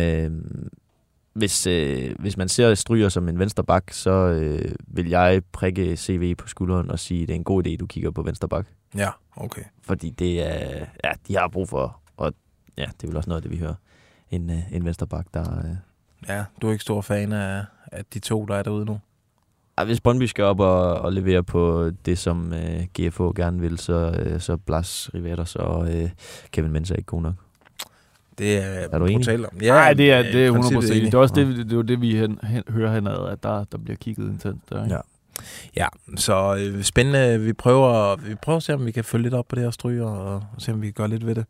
hvis man ser Stryger som en vensterbak, så vil jeg prikke CV på skulderen og sige, at det er en god idé, du kigger på vensterbak. Ja, okay. Fordi det er, de har brug for, og ja, det er vel også noget af det, vi hører. En vensterbak, der... Ja, du er ikke stor fan af de to, der er derude nu? Hvis Brøndby skal op og levere på det, som GFH gerne vil, så Blas Riveros og Kevin Mensah er ikke god nok. Det er du enig? Ja, nej, det er 100%. Det er også det vi hører henad, at der bliver kigget intenst. Ja, så spændende. Vi prøver at se, om vi kan følge lidt op på det her Stryger, og se, om vi kan gøre lidt ved det.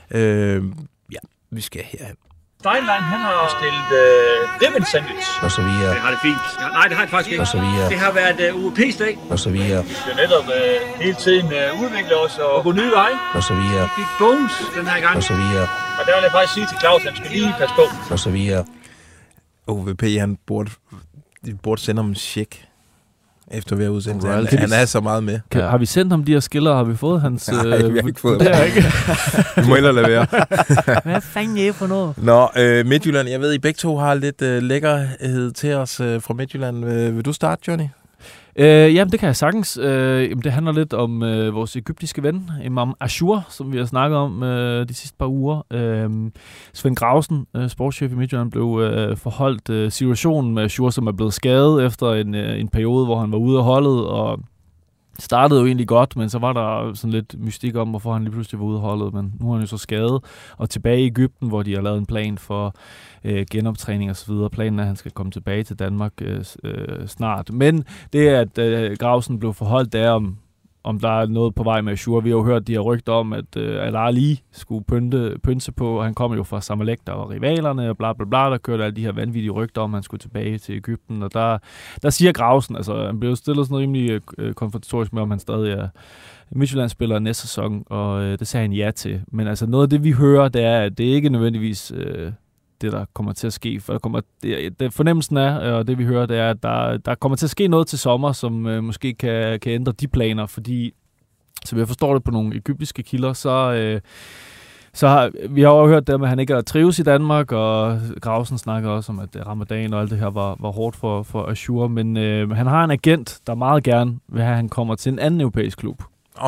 Vi skal herhen. Steinlein, han har stillet ribbon sandwich. Og så videre. Det har det fint. Ja, nej, det har det faktisk ikke. Og så videre. Det har været UEP's dag. Og så videre. Vi skal netop hele tiden udvikle os og gå nye veje. Og så videre. Vi fik bonus den her gang. Og så videre. Og der vil jeg faktisk sige til Claus, at han skal lige passe på. Og så videre. OVP, han burde sende ham en check, efter vi har udsendt. Han er så meget med. Har vi sendt ham de her skiller? Har vi fået hans... Nej, vi har ikke fået dem. Vi må ellers lade være. Hvad fanden er det for noget? Nå, Midtjylland. Jeg ved, I begge to har lidt lækkerhed til os fra Midtjylland. Vil du starte, Johnny? Jamen, det kan jeg sagtens. Det handler lidt om vores egyptiske ven, Imam Ashur, som vi har snakket om de sidste par uger. Svend Gravesen, sportschef i Midtjylland, blev forholdt situationen med Ashur, som er blevet skadet efter en periode, hvor han var ude af holdet, og startede jo egentlig godt, men så var der sådan lidt mystik om, hvorfor han lige pludselig var ude af holdet, men nu er han jo så skadet, og tilbage i Egypten, hvor de har lavet en plan for genoptræning og så videre. Planen er, at han skal komme tilbage til Danmark snart. Men det, at Gravesen blev forholdt, det er, om der er noget på vej med Ashur. Vi har jo hørt de her rygter om, at Al-Ali skulle pynse på, og han kom jo fra Zamalek, der var rivalerne, og bla bla bla, der kørte alle de her vanvittige rygter om, at han skulle tilbage til Egypten, og der siger Gravesen, altså han blev stillet sådan rimelig konfrontatorisk med, om han stadig er Midtjylland-spiller næste sæson, og det sagde han ja til. Men altså noget af det, vi hører, det er, at det ikke nødvendigvis det, der kommer til at ske. For det fornemmelsen er, og det vi hører, det er, at der kommer til at ske noget til sommer, som måske kan ændre de planer, fordi, som jeg forstår det på nogle egyptiske kilder, så vi har jo hørt det med, at han ikke trives i Danmark, og Gravesen snakker også om, at Ramadan og alt det her var hårdt for Ashur, men han har en agent, der meget gerne vil have, at han kommer til en anden europæisk klub.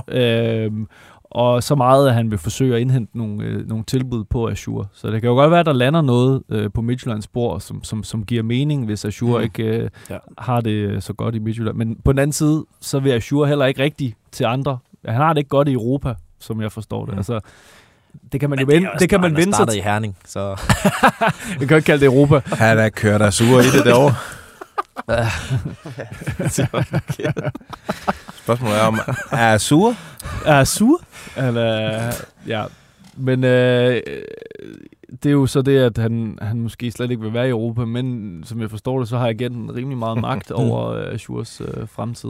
Og så meget, at han vil forsøge at indhente nogle tilbud på Ashur. Så det kan jo godt være, at der lander noget på Midtjyllands bord, som giver mening, hvis Ashur ikke har det så godt i Midtjylland. Men på den anden side, så vil Ashur heller ikke rigtig til andre. Han har det ikke godt i Europa, som jeg forstår det. Altså, det kan man jo vende. Det kan man vende sig til. I Herning, så vi kan ikke kalde det Europa. Han er kørt af sure i det derovre. Spørgsmålet er om, er sur? Er sur? Eller, ja. Men det er jo så det, at han måske slet ikke vil være i Europa, men som jeg forstår det, så har agenten rimelig meget magt over Ashurs fremtid.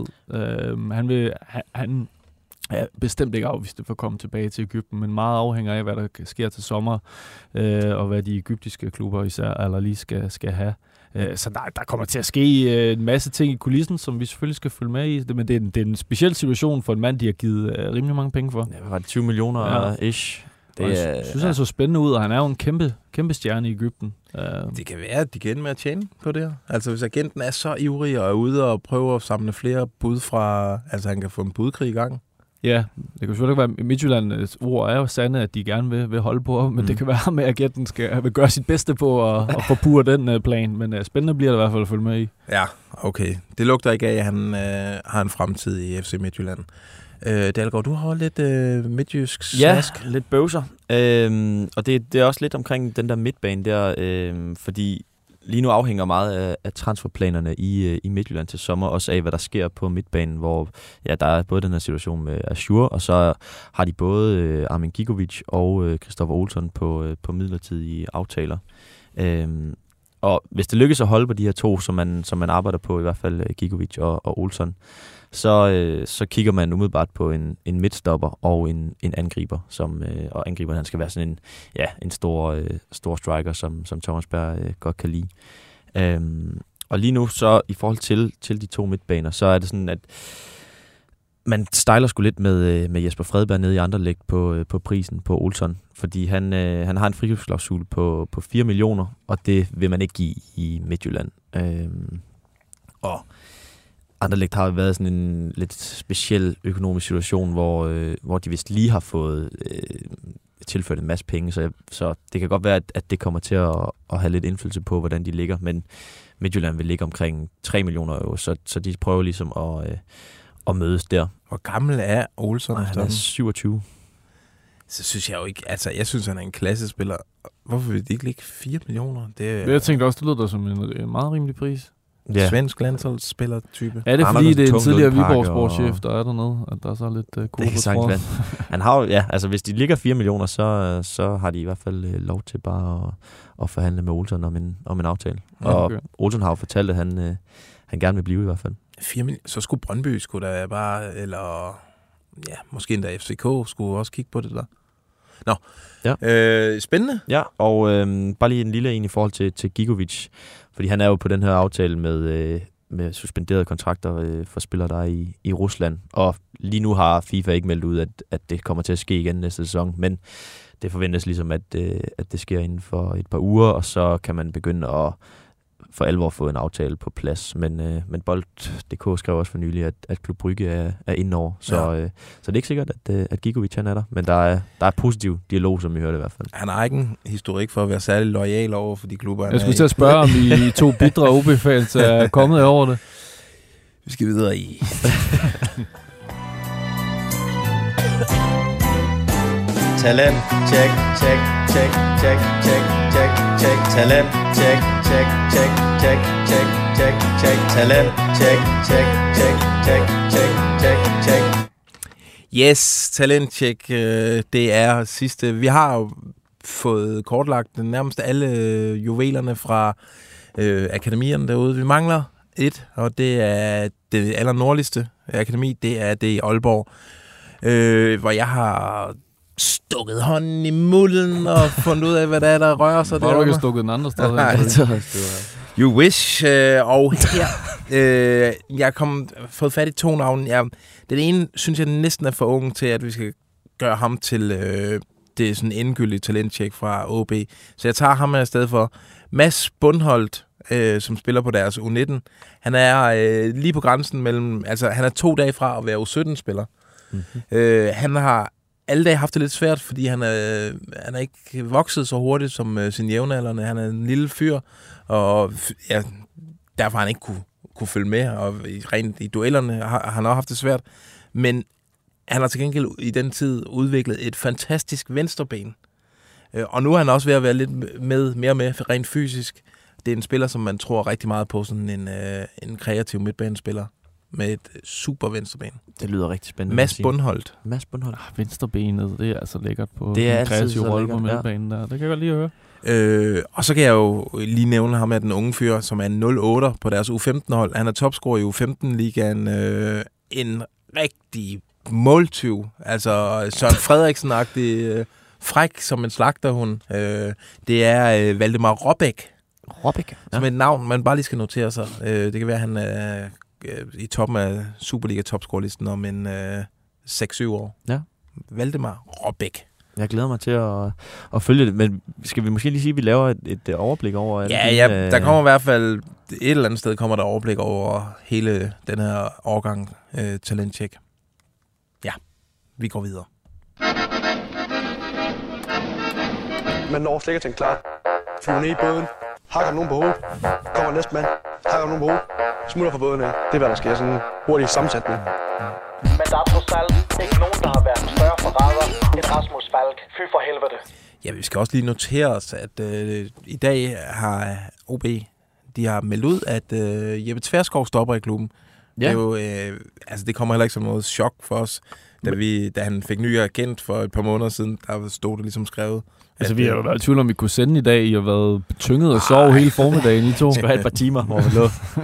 Han er bestemt ikke afvist for at komme tilbage til Egypten, men meget afhænger af, hvad der sker til sommer, og hvad de egyptiske klubber især eller lige skal have. Så der kommer til at ske en masse ting i kulissen, som vi selvfølgelig skal følge med i. Men det er en speciel situation for en mand, de har givet rimelig mange penge for. Ja, var det 20 millioner ish? Jeg synes, han så spændende ud, og han er jo en kæmpe stjerne i Egypten. Det kan være, at de kan med at tjene på det her. Altså, hvis agenten er så ivrig og er ude og prøver at samle flere bud fra... Altså, han kan få en budkrig i gang. Ja, det kan selvfølgelig ikke være... Midtjyllands ord er jo sande, at de gerne vil holde på, men det kan være, med at agenten vil gøre sit bedste på at forpure den plan. Men spændende bliver det i hvert fald at følge med i. Ja, okay. Det lugter ikke af, at han har en fremtid i FC Midtjylland. Dalgaard, du har lidt midtjysk snask. Ja, lidt bøvser. Og det er også lidt omkring den der midtbane der, fordi lige nu afhænger meget af transferplanerne i Midtjylland til sommer, også af, hvad der sker på midtbanen, hvor der er både den her situation med Azure, og så har de både Armin Gigovic og Christoffer Olsson på midlertidige aftaler. Og hvis det lykkes at holde på de her to, som man arbejder på, i hvert fald Gigovic og Olsson, så kigger man umiddelbart på en midtstopper og en angriber, og angriberen han skal være sådan en stor striker, som Thomas Berg godt kan lide. Og lige nu så i forhold til de to midtbaner, så er det sådan, at man stejler sgu lidt med Jesper Fredberg nede i Anderlecht på prisen på Olsson, fordi han har en frikøbsklausul på 4 millioner, og det vil man ikke give i Midtjylland. Og Anderlecht har været sådan en lidt speciel økonomisk situation, hvor de vist lige har fået tilført en masse penge, så det kan godt være, at det kommer til at have lidt indflydelse på, hvordan de ligger, men Midtjylland vil ligge omkring 3 millioner euro, så de prøver ligesom at mødes der. Hvor gammel er Olsson? Han er 27. Så synes jeg jo ikke, altså jeg synes, han er en klassespiller. Hvorfor vil de ikke ligge 4 millioner? Jeg tænkte også, det lyder der som en meget rimelig pris. Ja. Svensk landsholdsspiller-type. Ja, det er fordi, det er en tidligere Viborg sportschef, der er dernede, at der er så lidt gode på tråden. Han har jo, altså hvis de ligger 4 millioner, så har de i hvert fald lov til bare at forhandle med Olsson om en aftale. Okay. Og Olsson har jo fortalt, at han gerne vil blive i hvert fald. 4 millioner, så skulle Brøndby skulle da bare, eller måske endda FCK skulle også kigge på det der. Nå, spændende. Ja, og bare lige en lille en i forhold til Gigovic, fordi han er jo på den her aftale med suspenderede kontrakter for spillere, der er i Rusland. Og lige nu har FIFA ikke meldt ud, at det kommer til at ske igen næste sæson, men det forventes ligesom, at det sker inden for et par uger, og så kan man begynde at for alvor få en aftale på plads. Men Bold.dk skrev også for nylig, at Klub Brygge er indover. Så det er ikke sikkert, at Gigovic han er der. Men der er positiv dialog, som vi hørte i hvert fald. Han har ikke en historik for at være særlig loyal over for de klubber. Jeg skulle til at spørge, om I to bitre OB-fans er kommet over det. Vi skal videre i... Talent, check, check, check, check, check, check, check. Talent, check, check, check, check, check, check, check. Talent, check, check, check, check, check, check, check. Yes, talentcheck, det er sidste. Vi har jo fået kortlagt nærmest alle juvelerne fra akademierne derude. Vi mangler et, og det er det allernordligste akademi, det er det i Aalborg, hvor jeg har stukket hånden i mulden og fundet ud af, hvad der rører sig der. Har du ikke stukket den andre sted? Nej, you wish. Og her, jeg har fået fat i 2 navne. Den ene, synes jeg næsten er for ung til, at vi skal gøre ham til det er sådan en endegyldig talentcheck fra OB. Så jeg tager ham her i stedet for Mads Bundholt, som spiller på deres U19. Han er lige på grænsen mellem, altså han er 2 dage fra at være U17-spiller. Mm-hmm. Han har alle dage haft det lidt svært, fordi han er ikke vokset så hurtigt som sin jævnaldrende. Han er en lille fyr, og derfor har han ikke kunne følge med, og rent i duellerne har han også haft det svært. Men han har til gengæld i den tid udviklet et fantastisk venstreben. Og nu er han også ved at være lidt mere med rent fysisk. Det er en spiller, som man tror rigtig meget på, sådan en kreativ midtbanespiller med et super venstreben. Det lyder rigtig spændende. Mads Bundholt. Venstrebenet, det er altså lækkert på en kreativ rolle på midtbanen der. Det kan jeg godt lige høre. Og så kan jeg jo lige nævne ham af den unge fyr, som er en 0-8 på deres U15-hold. Han er topscorer i U15-ligaen. En rigtig måltyv. Altså Søren Frederiksen-agtig fræk som en slagterhund. Det er Valdemar Robæk, Robik. Som et navn, man bare lige skal notere sig. Det kan være, at han er i toppen af Superliga-topscorelisten om en 6-7 år. Ja. Valdemar Robik. Jeg glæder mig til at følge det, men skal vi måske lige sige, at vi laver et overblik over... Ja, der kommer i hvert fald et eller andet sted kommer der overblik over hele den her årgang talentcheck. Ja, vi går videre. Man når slet ikke til en klar. Flyver ned i båden. Hakker nogen på hovedet. Kommer næste mand. Hakker nogen på hovedet. Smutter fra båden af. Det er, hvad der sker. Sådan en hurtig sammensætning. Men der er trods alt ikke nogen, der har været større forræder end Rasmus Falk. Fy for helvede. Ja, vi skal også lige notere os, at i dag har OB, de har meldt ud, at Jeppe Tverskov stopper i klubben. Ja. Det er jo, det kommer heller ikke som noget chok for os. Da han fik ny agent for et par måneder siden, der stod det ligesom skrevet. Altså, vi har jo været i tvivl om, vi kunne sende i dag. I har været betynget og sove hele formiddagen, I to. Vi skal have et par timer, hvor vi lå.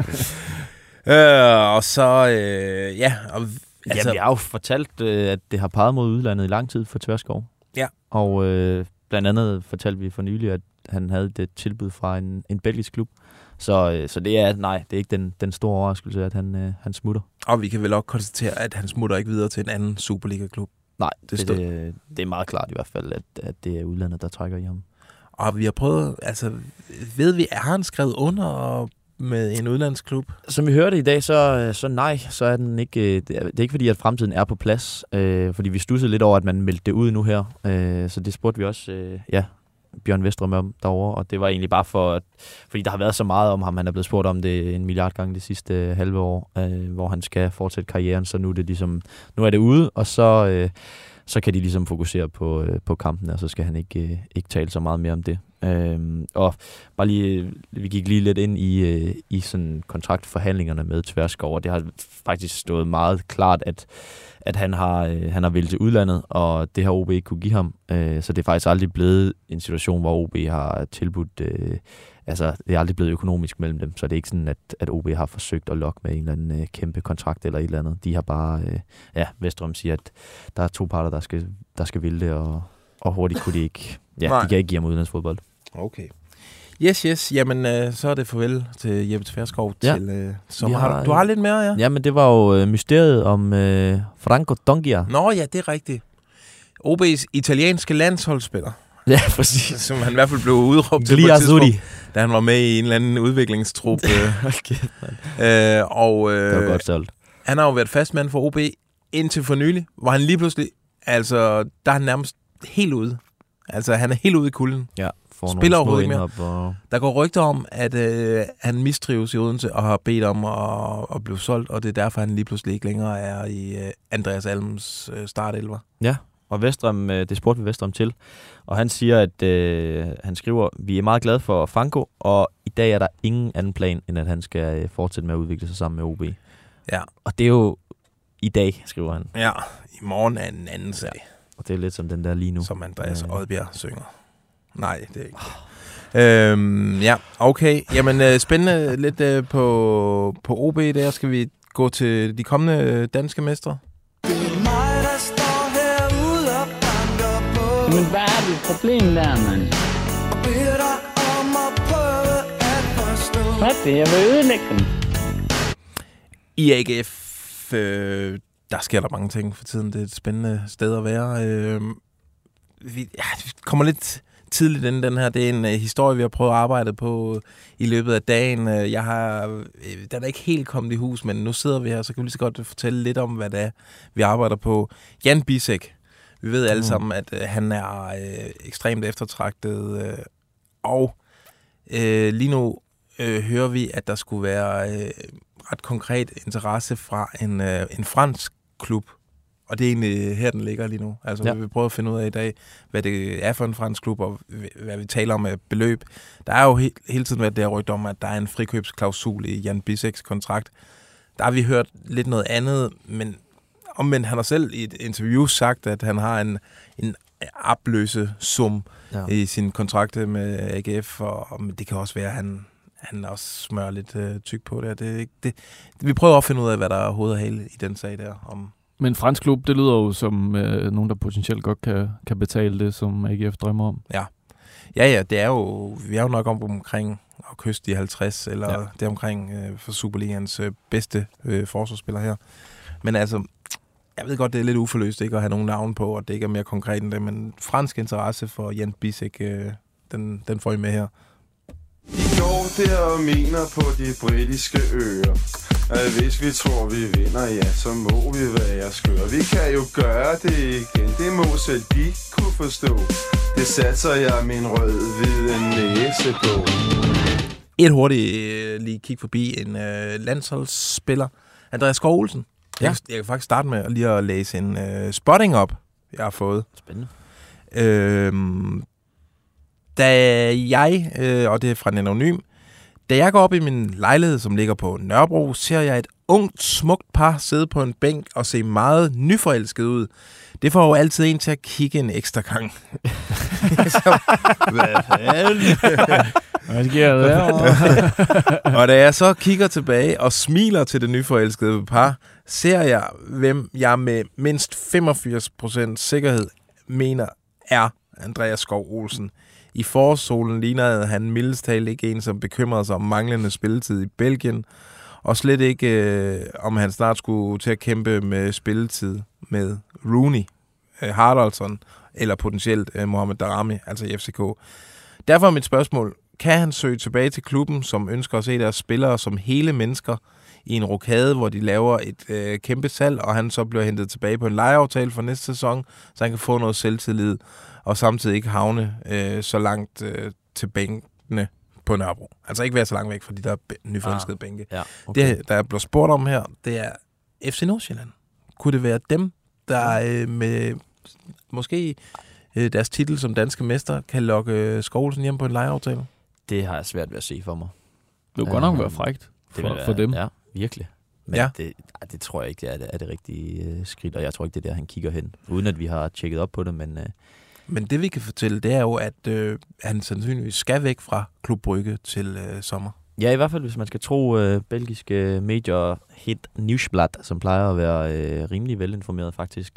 Og så, ja. Og, altså, vi har jo fortalt, at det har peget mod udlandet i lang tid for Tverskov. Ja. Og blandt andet fortalte vi for nylig, at han havde det tilbud fra en belgisk klub. Så det er ikke den store overraskelse, at han smutter. Og vi kan vel også konstatere, at han smutter ikke videre til en anden Superliga-klub. Nej, det er meget klart i hvert fald, at det er udlandet, der trækker i ham. Og vi har prøvet, ved vi, har han skrevet under med en udlandsklub? Som vi hørte i dag, så nej, så er den ikke. Det er ikke fordi, at fremtiden er på plads, fordi vi stussede lidt over, at man meldte det ud nu her. Så det spurgte vi også, Bjørn Vestrøm om derovre, og det var egentlig bare fordi der har været så meget om ham. Han er blevet spurgt om det 1 milliard gange det sidste halve år, hvor han skal fortsætte karrieren, så nu er det ligesom, nu er det ude, og så kan de ligesom fokusere på kampen, og så skal han ikke tale så meget mere om det. Og bare lige, vi gik lige lidt ind i sådan kontraktforhandlingerne med Tverskov, og det har faktisk stået meget klart, at han har vildt til udlandet, og det har OB ikke kunne give ham. Så det er faktisk aldrig blevet en situation, hvor OB har tilbudt... det er aldrig blevet økonomisk mellem dem, så det er ikke sådan, at OB har forsøgt at lokke med en eller anden kæmpe kontrakt eller et eller andet. De har bare... Vestrøm siger, at der er 2 parter, der skal ville det, og hurtigt kunne de ikke... Ja, de kan ikke give ham udlandsfodbold. Okay. Yes. Jamen, så er det farvel til Jeppe Tverskov til sommer. Du har lidt mere, ja? Jamen, det var jo mysteriet om Franco Dongia. Nå ja, det er rigtigt. OB's italienske landsholdsspiller. Ja, præcis. Som han i hvert fald blev udråbt til på et tidspunkt, da han var med i en eller anden udviklingstrup. Okay, det var godt solgt. Han har jo været fastmand for OB indtil for nylig, hvor han lige pludselig, der er han nærmest helt ude. Altså, han er helt ude i kulden. Ja. Spiller overhovedet ikke mere. Der går rygter om, at han mistrives i Odense og har bedt om at blive solgt, og det er derfor, han lige pludselig ikke længere er i Andreas Alms startelver. Ja, og Vestrøm, det spurgte vi Vestrøm til, og han siger, at han skriver, vi er meget glade for Franco, og i dag er der ingen anden plan, end at han skal fortsætte med at udvikle sig sammen med OB. Ja. Og det er jo i dag, skriver han. Ja, i morgen er en anden sag. Ja. Og det er lidt som den der lige nu. Som Andreas Odbjerg synger. Nej, det er ikke det. Okay. Jamen, spændende lidt på OB der. Skal vi gå til de kommende danske mestre? Men hvad er det problem der, mand? Hvad er det? Jeg vil ødelægge dem. I AGF, der sker der mange ting for tiden. Det er et spændende sted at være. Vi kommer lidt tidligt inden den her. Det er en historie, vi har prøvet at arbejde på i løbet af dagen. Den er ikke helt kommet i hus, men nu sidder vi her, så kan vi lige så godt fortælle lidt om, hvad det er, vi arbejder på. Jan Bisek. Vi ved alle sammen, at han er ekstremt eftertragtet. Og lige nu hører vi, at der skulle være ret konkret interesse fra en fransk klub. Og det er egentlig her, den ligger lige nu. Altså, vi vil prøve at finde ud af i dag, hvad det er for en fransk klub, og hvad vi taler om af beløb. Der er jo hele tiden været det her rygte om, at der er en frikøbsklausul i Jan Biseks kontrakt. Der har vi hørt lidt noget andet, men han har selv i et interview sagt, at han har en opløse sum i sin kontrakt med AGF, og det kan også være, at han også smører lidt tyk på det. Vi prøver at finde ud af, hvad der er hoved og hale i den sag der. Men fransk klub, det lyder jo som nogen, der potentielt godt kan betale det, som AGF drømmer om. Ja. Ja, det er jo, vi er jo nok omkring at kysse de 50, eller det er omkring for Superligans bedste forsvarsspiller her. Men altså, jeg ved godt, det er lidt uforløst ikke at have nogen navn på, og det ikke er mere konkret end det, men fransk interesse for Jan Bissek, den får I med her. I går der og mener på de britiske øer, at hvis vi tror vi vinder, ja, så må vi være skøre. Vi kan jo gøre det igen, det må selv de kunne forstå. Det satser jeg min rød-hvide næse på. Et hurtigt lige kig forbi en landsholdsspiller, Andreas Skov Olsen. Ja. Jeg kan faktisk starte med lige at læse en spotting op, jeg har fået. Spændende. Da jeg, og det er fra en anonym, da jeg går op i min lejlighed, som ligger på Nørrebro, ser jeg et ungt, smukt par sidde på en bænk og se meget nyforelsket ud. Det får jo altid en til at kigge en ekstra gang. Så, hvad fanden? Hvad sker der derovre? Og da jeg så kigger tilbage og smiler til det nyforelskede par, ser jeg, hvem jeg med mindst 85% sikkerhed mener er Andreas Skov Olsen. I forårssolen lignede han mildest talt ikke en, som bekymrede sig om manglende spilletid i Belgien, og slet ikke om han snart skulle til at kæmpe med spilletid med Rooney, Haraldsson eller potentielt Mohamed Daramy, altså i FCK. Derfor er mit spørgsmål, kan han søge tilbage til klubben, som ønsker at se deres spillere som hele mennesker i en rokade, hvor de laver et kæmpe salg, og han så bliver hentet tilbage på en lejeaftale for næste sæson, så han kan få noget selvtillid, og samtidig ikke havne så langt til bænkene på Nørrebro. Altså ikke være så langt væk fra de der nyforelskede bænke. Ja, okay. Det, der er blevet spurgt om her, det er FC Nordsjælland. Kunne det være dem, der med måske deres titel som danske mester, kan lokke Skov Olsen hjem på en lejeaftale? Det har jeg svært ved at se for mig. Det vil godt nok være frækt for dem. Ja, virkelig. Men det tror jeg ikke, det er det rigtige skridt, og jeg tror ikke, det er der, han kigger hen, uden at vi har tjekket op på det, Men det, vi kan fortælle, det er jo, at han sandsynligvis skal væk fra Klub Brygge til sommer. Ja, i hvert fald, hvis man skal tro belgiske medier, Hit Nieuwsblad, som plejer at være rimelig velinformeret faktisk.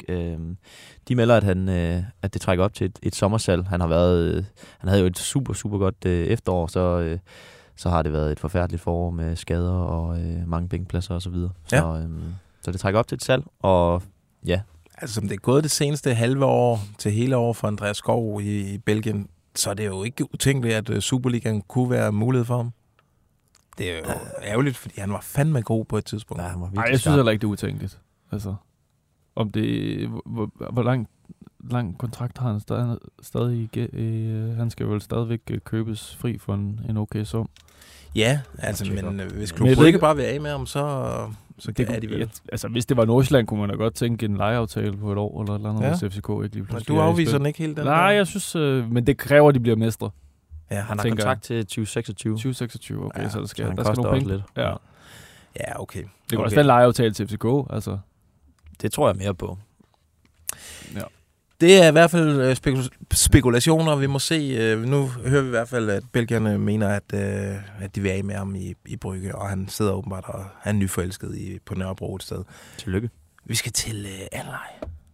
De melder, at det trækker op til et sommersalg. Han havde jo et super godt efterår, så har det været et forfærdeligt forår med skader og mange bænkpladser og så videre. Så det trækker op til et salg, og ja. Altså, som det er gået det seneste halve år til hele år for Andreas Skov i Belgien, så er det jo ikke utænkeligt, at Superligaen kunne være mulighed for ham. Det er jo ærgerligt, fordi han var fandme god på et tidspunkt. Ja, jeg synes heller ikke, det er utænkeligt. Altså, om det, hvor lang kontrakt har han stadig? Han skal vel stadigvæk købes fri for en okay sum. Ja, altså, men hvis Klub Brygge bare vil af med ham, så er de vel. Altså, hvis det var Nordsjælland, kunne man da godt tænke en lejeaftale på et år, eller et eller andet, hvis FCK ikke lige pludselig. Men du afviser den ikke helt? Nej, jeg synes, men det kræver, at de bliver mestre. Ja, han har kontrakt til 2026. 2026, okay, så der skal nogle penge. Lidt. Ja, okay. Det kan også være en lejeaftale til FCK, altså. Det tror jeg mere på. Ja. Det er i hvert fald spekulationer, vi må se. Nu hører vi i hvert fald, at belgierne mener, at de vil af med ham i Brygge, og han sidder åbenbart og er nyforelsket på Nørrebro et sted. Tillykke. Vi skal til Allerlej.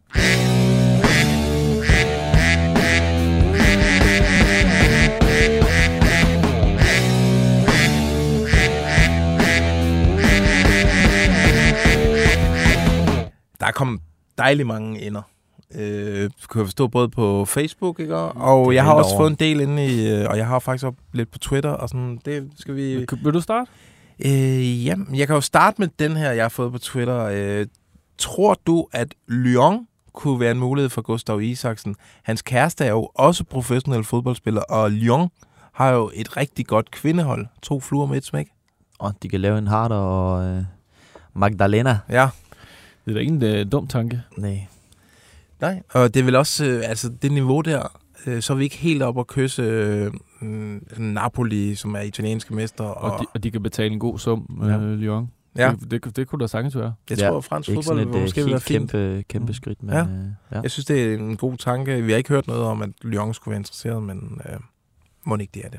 Der er kommet dejligt mange ender. Kan jeg forstå både på Facebook, ikke? Og jeg har også fået en del inde i, og jeg har faktisk op lidt på Twitter og sådan. Det skal vi. Vil du starte? Ja, jeg kan jo starte med den her, jeg har fået på Twitter. Tror du, at Lyon kunne være en mulighed for Gustav Isaksen? Hans kæreste er jo også professionel fodboldspiller, og Lyon har jo et rigtig godt kvindehold. 2 fluer med et smæk. Og de kan lave en Harder og Magdalena. Ja. Det er da ikke en dum tanke. Nej, og det er vel også, altså det niveau der, så er vi ikke helt op at kysse Napoli, som er italienske mester. Og de kan betale en god sum, Lyon. Ja. Det kunne da sagtens være. Jeg tror, at fransk fodbold måske vil være fint. Kæmpe skridt. Men, Jeg synes, det er en god tanke. Vi har ikke hørt noget om, at Lyon skulle være interesseret, men må ikke det er det.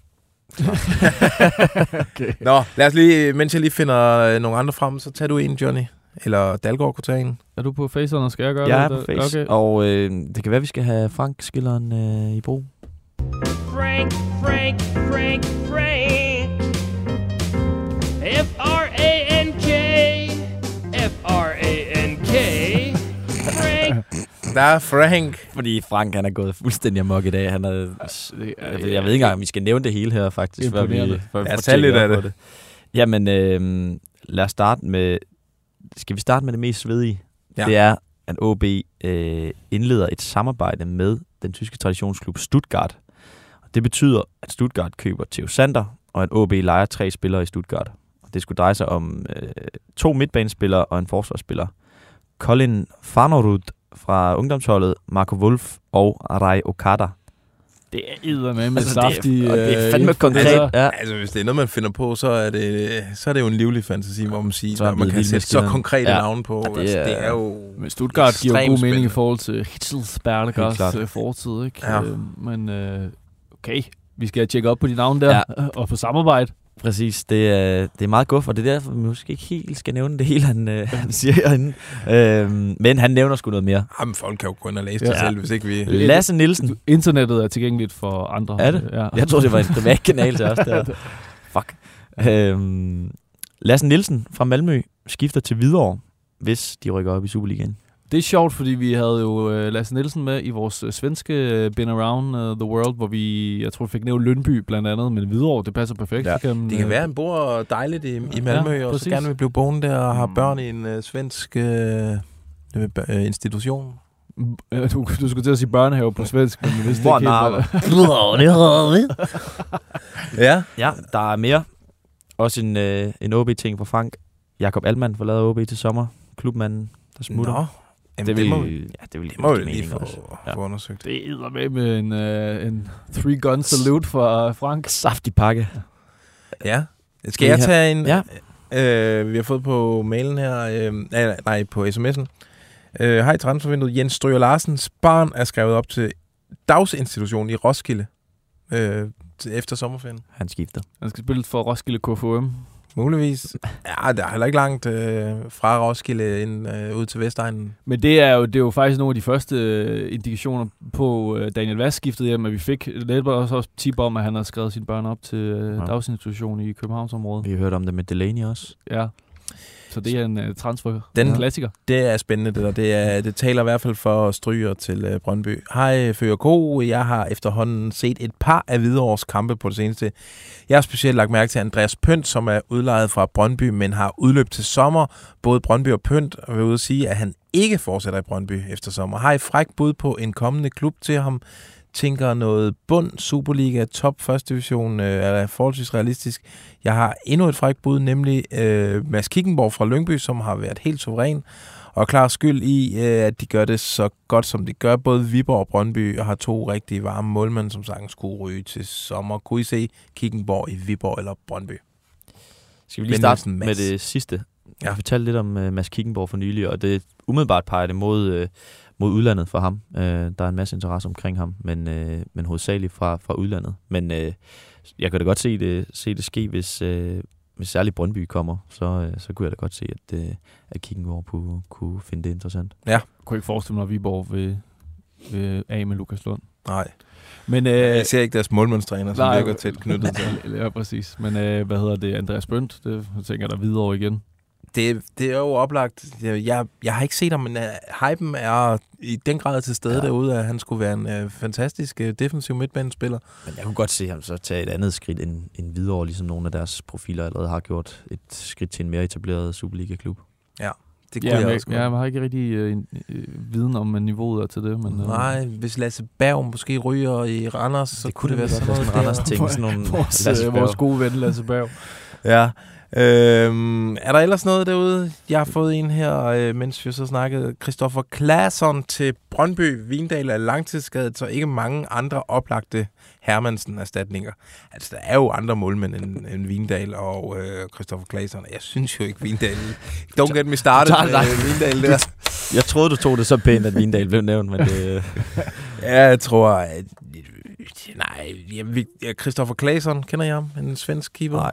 Okay. Nå, lad os lige, mens jeg lige finder nogle andre frem, så tager du en, Johnny. Eller Dalgaard kunne tage en. Er du på Face'eren, og skal jeg gøre det? Jeg er på Face, okay. Og det kan være, vi skal have Frank Skilleren i brug. Frank. F-R-A-N-K. Frank. Der er Frank. Fordi Frank, han er gået fuldstændig amok i dag. Han er, jeg ved ikke engang, om vi skal nævne det hele her, faktisk. Før vi tager lidt af det. Jamen, lad os starte med... Skal vi starte med det mest svedige? Ja. Det er, at OB indleder et samarbejde med den tyske traditionsklub Stuttgart. Det betyder, at Stuttgart køber Theo Sander, og at OB lejer 3 spillere i Stuttgart. Det skulle dreje sig om 2 midtbanespillere og en forsvarsspiller. Colin Farnerud fra ungdomsholdet, Marco Wolf og Rai Okada. Det er eddermame saftige... det er fandme konkret. Ja. Altså, hvis det er noget, man finder på, så er det jo en livlig fantasi, hvor man siger, når man kan sætte så konkrete navne på. Ja, det er jo... Men Stuttgart giver god mening i forhold til Hitzelsbergers fortid, ikke? Ja. Men okay, vi skal tjekke op på de navne der, og på samarbejde. Præcis, det er meget guf, og det er derfor, vi måske ikke helt skal nævne det hele, han siger herinde. Men han nævner sgu noget mere. Jamen, folk kan jo gå ind og læse det selv, hvis ikke vi... Lasse Nielsen. Internettet er tilgængeligt for andre. Er det? Ja. Jeg troede, det var en privat kanal til os. Der. Fuck. Lasse Nielsen fra Malmø skifter til Hvidovre, hvis de rykker op i Superligaen. Det er sjovt, fordi vi havde jo Lasse Nielsen med i vores svenske Been Around the World, hvor jeg tror, vi fik nævnt Lyngby blandt andet, men Hvidovre, det passer perfekt. Ja. Det kan være, at han bor dejligt i Malmø, og så gerne vil blive boende der og har børn i en svensk institution. Du skulle til at sige børnehave på svensk, men hvis det ikke helt... Ja, der er mere. Også en OB-ting for Frank. Jakob Allmann forlader OB til sommer. Klubmanden, der smutter. Nå. Det må vi lige få undersøgt. Det er med en 3-gun salute fra Frank. Saftig pakke. Ja. Skal jeg tage en? Ja. Vi har fået på mailen her, på sms'en. Hej transfervinduet. Jens Stryger Larsens barn er skrevet op til dagsinstitutionen i Roskilde efter sommerferien. Han skifter. Han skal spille for Roskilde KFUM. Muligvis. Ja, der er heller ikke langt fra Roskilde ind ud til Vestegnen. Men det er jo faktisk nogle af de første indikationer på Daniel Vaz skiftede hjem, at vi fik lidt også tip om, at han har skrevet sine børn op til dagsinstitutionen i Københavnsområdet. Vi har hørt om det med Delaney også. Ja. Så det er en transfer. Den klassiker. Det er spændende, det der. Det taler i hvert fald for Stryger til Brøndby. Hej, Fører K. Jeg har efterhånden set et par af Hvidovres kampe på det seneste. Jeg har specielt lagt mærke til Andreas Pønt, som er udlejet fra Brøndby, men har udløb til sommer. Både Brøndby og Pønt vil ud at sige, at han ikke fortsætter i Brøndby efter sommer. Har I fræk bud på en kommende klub til ham? Tænker noget bund, Superliga, top 1. division er forholdsvis realistisk. Jeg har endnu et frækt bud, nemlig Mads Kickenborg fra Lyngby, som har været helt suveræn og klar skyld i, at de gør det så godt, som de gør. Både Viborg og Brøndby har 2 rigtig varme målmænd, som sagtens skulle ryge til sommer. Kunne I se Kickenborg i Viborg eller Brøndby? Skal vi lige starte med det sidste? Jeg fortalte lidt om Mads Kickenborg for nylig, og det umiddelbart peger det mod udlandet for ham. Der er en masse interesse omkring ham, men hovedsageligt fra udlandet. Men jeg kan da godt se det ske, hvis særligt Brøndby kommer, så kunne jeg da godt se, at Kickenborg kunne finde det interessant. Ja. Jeg kunne ikke forestille mig, at Viborg vil af med Lukas Lund. Nej. Men, jeg ser ikke deres målmandstræner, som virker tæt knyttet til. Ja, præcis. Men Andreas Bønt, det tænker jeg der videre over igen. Det er jo oplagt. Jeg har ikke set ham, men hypen er i den grad til stede derude, at han skulle være en fantastisk defensiv midtbanespiller. Men jeg kunne godt se ham så tage et andet skridt end Hvidovre, ligesom nogle af deres profiler allerede har gjort et skridt til en mere etableret Superliga-klub. Ja, det kunne jeg også godt. Jeg har ikke rigtig viden om niveauet er til det. Men, nej, hvis Lasse Berg måske ryger i Randers, så kunne det være sådan noget Randers-ting. Sådan nogle vores gode ven Lasse Berg. Ja. Er der ellers noget derude? Jeg har fået en her, mens vi så snakkede. Christoffer Claesson til Brøndby. Vindal er langtidsskadet, så ikke mange andre oplagte Hermansen-erstatninger. Altså, der er jo andre målmænd end Vindal og Christoffer Claesson. Jeg synes jo ikke, Vindal... Don't get me started med Vindal der. Jeg troede, du tog det så pænt, at Vindal blev nævnt, men det... Ja, jeg tror... Nej, Christoffer Claesson, kender jeg ham? En svensk keeper? Nej.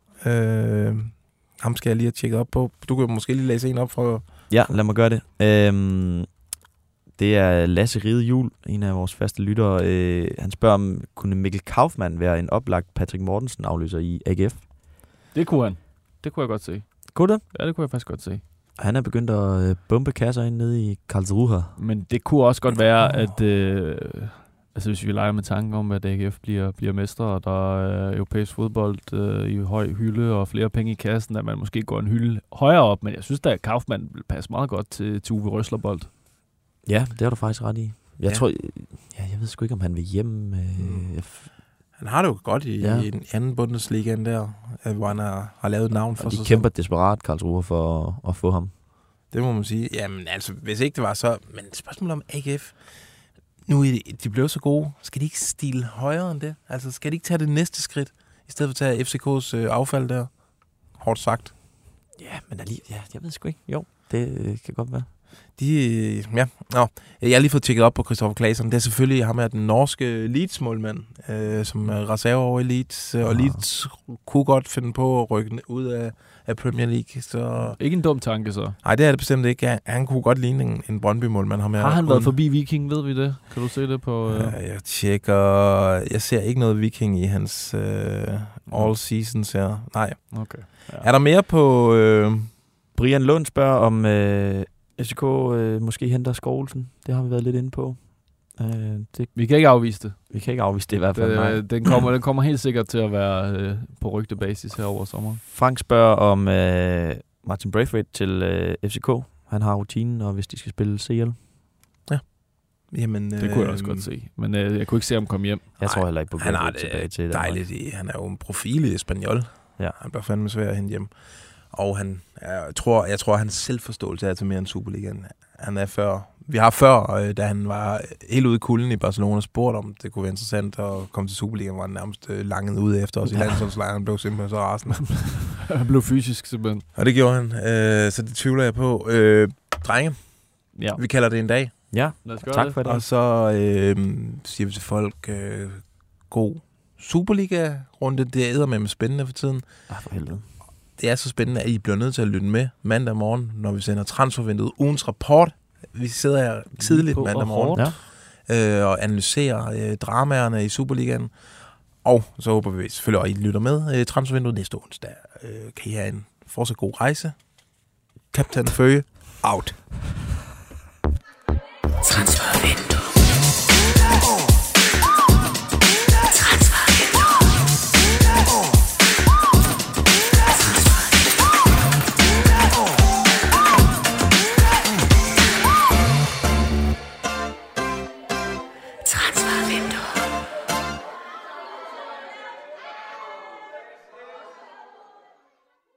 Ham skal jeg lige have tjekket op på. Du kan måske lige læse en op for... Ja, lad mig gøre det. Det er Lasse Ride Jul, en af vores faste lyttere. Han spørger, om kunne Mikkel Kaufmann være en oplagt Patrick Mortensen afløser i AGF? Det kunne han. Det kunne jeg godt se. Kunne det? Ja, det kunne jeg faktisk godt se. Han er begyndt at bombe kasser ind nede i Karlsruhe. Men det kunne også godt være, at hvis vi leger med tanken om, at AGF bliver mestre, og der er europæisk fodbold i høj hylde og flere penge i kassen, at man måske går en hylde højere op. Men jeg synes da, at Kaufmann vil passe meget godt til Uwe Røslerbold. Ja, det har du faktisk ret i. Jeg ved sgu ikke, om han vil hjem. Han har det jo godt i den anden Bundesligaen der, hvor han har lavet navn for sig. De kæmper desperat, Karlsruhe, for at få ham. Det må man sige. Jamen altså, hvis ikke det var så... Men spørgsmålet om AGF... Nu er de blevet så gode. Skal de ikke stile højere end det? Altså, skal de ikke tage det næste skridt, i stedet for at tage FCK's affald der? Hårdt sagt. Ja, men jeg ved sgu ikke. Jo, det kan godt være. Jeg har lige fået tjekket op på Christoffer Claesson. Det er selvfølgelig ham, den norske Leeds-målmand, som er reserve over i Leeds. Og Leeds kunne godt finde på at rykke ud af Premier League. Så... Ikke en dum tanke, så. Nej, det er det bestemt ikke. Han kunne godt ligne en Brøndby-målmand. Har han været forbi Viking, ved vi det? Kan du se det på... Jeg tjekker... Jeg ser ikke noget Viking i hans all seasons her. Nej. Okay. Ja. Er der mere på... Brian Lund spørger om... FCK måske henter Skålsen. Det har vi været lidt inde på. Vi kan ikke afvise det. Vi kan ikke afvise det i hvert fald. Den kommer helt sikkert til at være på rygtebasis her over sommeren. Frank spørger om Martin Braithwaite til FCK. Han har rutinen, og hvis de skal spille CL. Ja. Jamen, det kunne jeg også godt se. Men jeg kunne ikke se ham komme hjem. Jeg tror heller ikke på Braithwaite tilbage til det. Han er dejligt. Han er jo en profil i Espanyol. Ja. Han bliver fandme svær at hente hjem. Og jeg tror, hans selvforståelse er til mere end Superligaen. Han er før. Vi har før, da han var helt ude i kulden i Barcelona, spurgt om det kunne være interessant at komme til Superligaen, var han nærmest langet ude efter os i landsholdslejren. Han blev simpelthen så rasende. Han blev fysisk simpelthen. Og det gjorde han. Så det tvivler jeg på. Drenge, vi kalder det en dag. Ja, lad os gøre tak det. For det. Og så siger vi til folk, god Superliga-runde. Det er eddermame spændende for tiden. For helvede. Det er så spændende, at I bliver nødt til at lytte med mandag morgen, når vi sender transfervinduet ugens rapport. Vi sidder her tidligt mandag morgen og analyserer dramaerne i Superligaen. Og så håber vi selvfølgelig, at I lytter med transfervinduet næste onsdag. Kan I have en fortsat god rejse. Kaptajn Føge, out. Transfervinduet.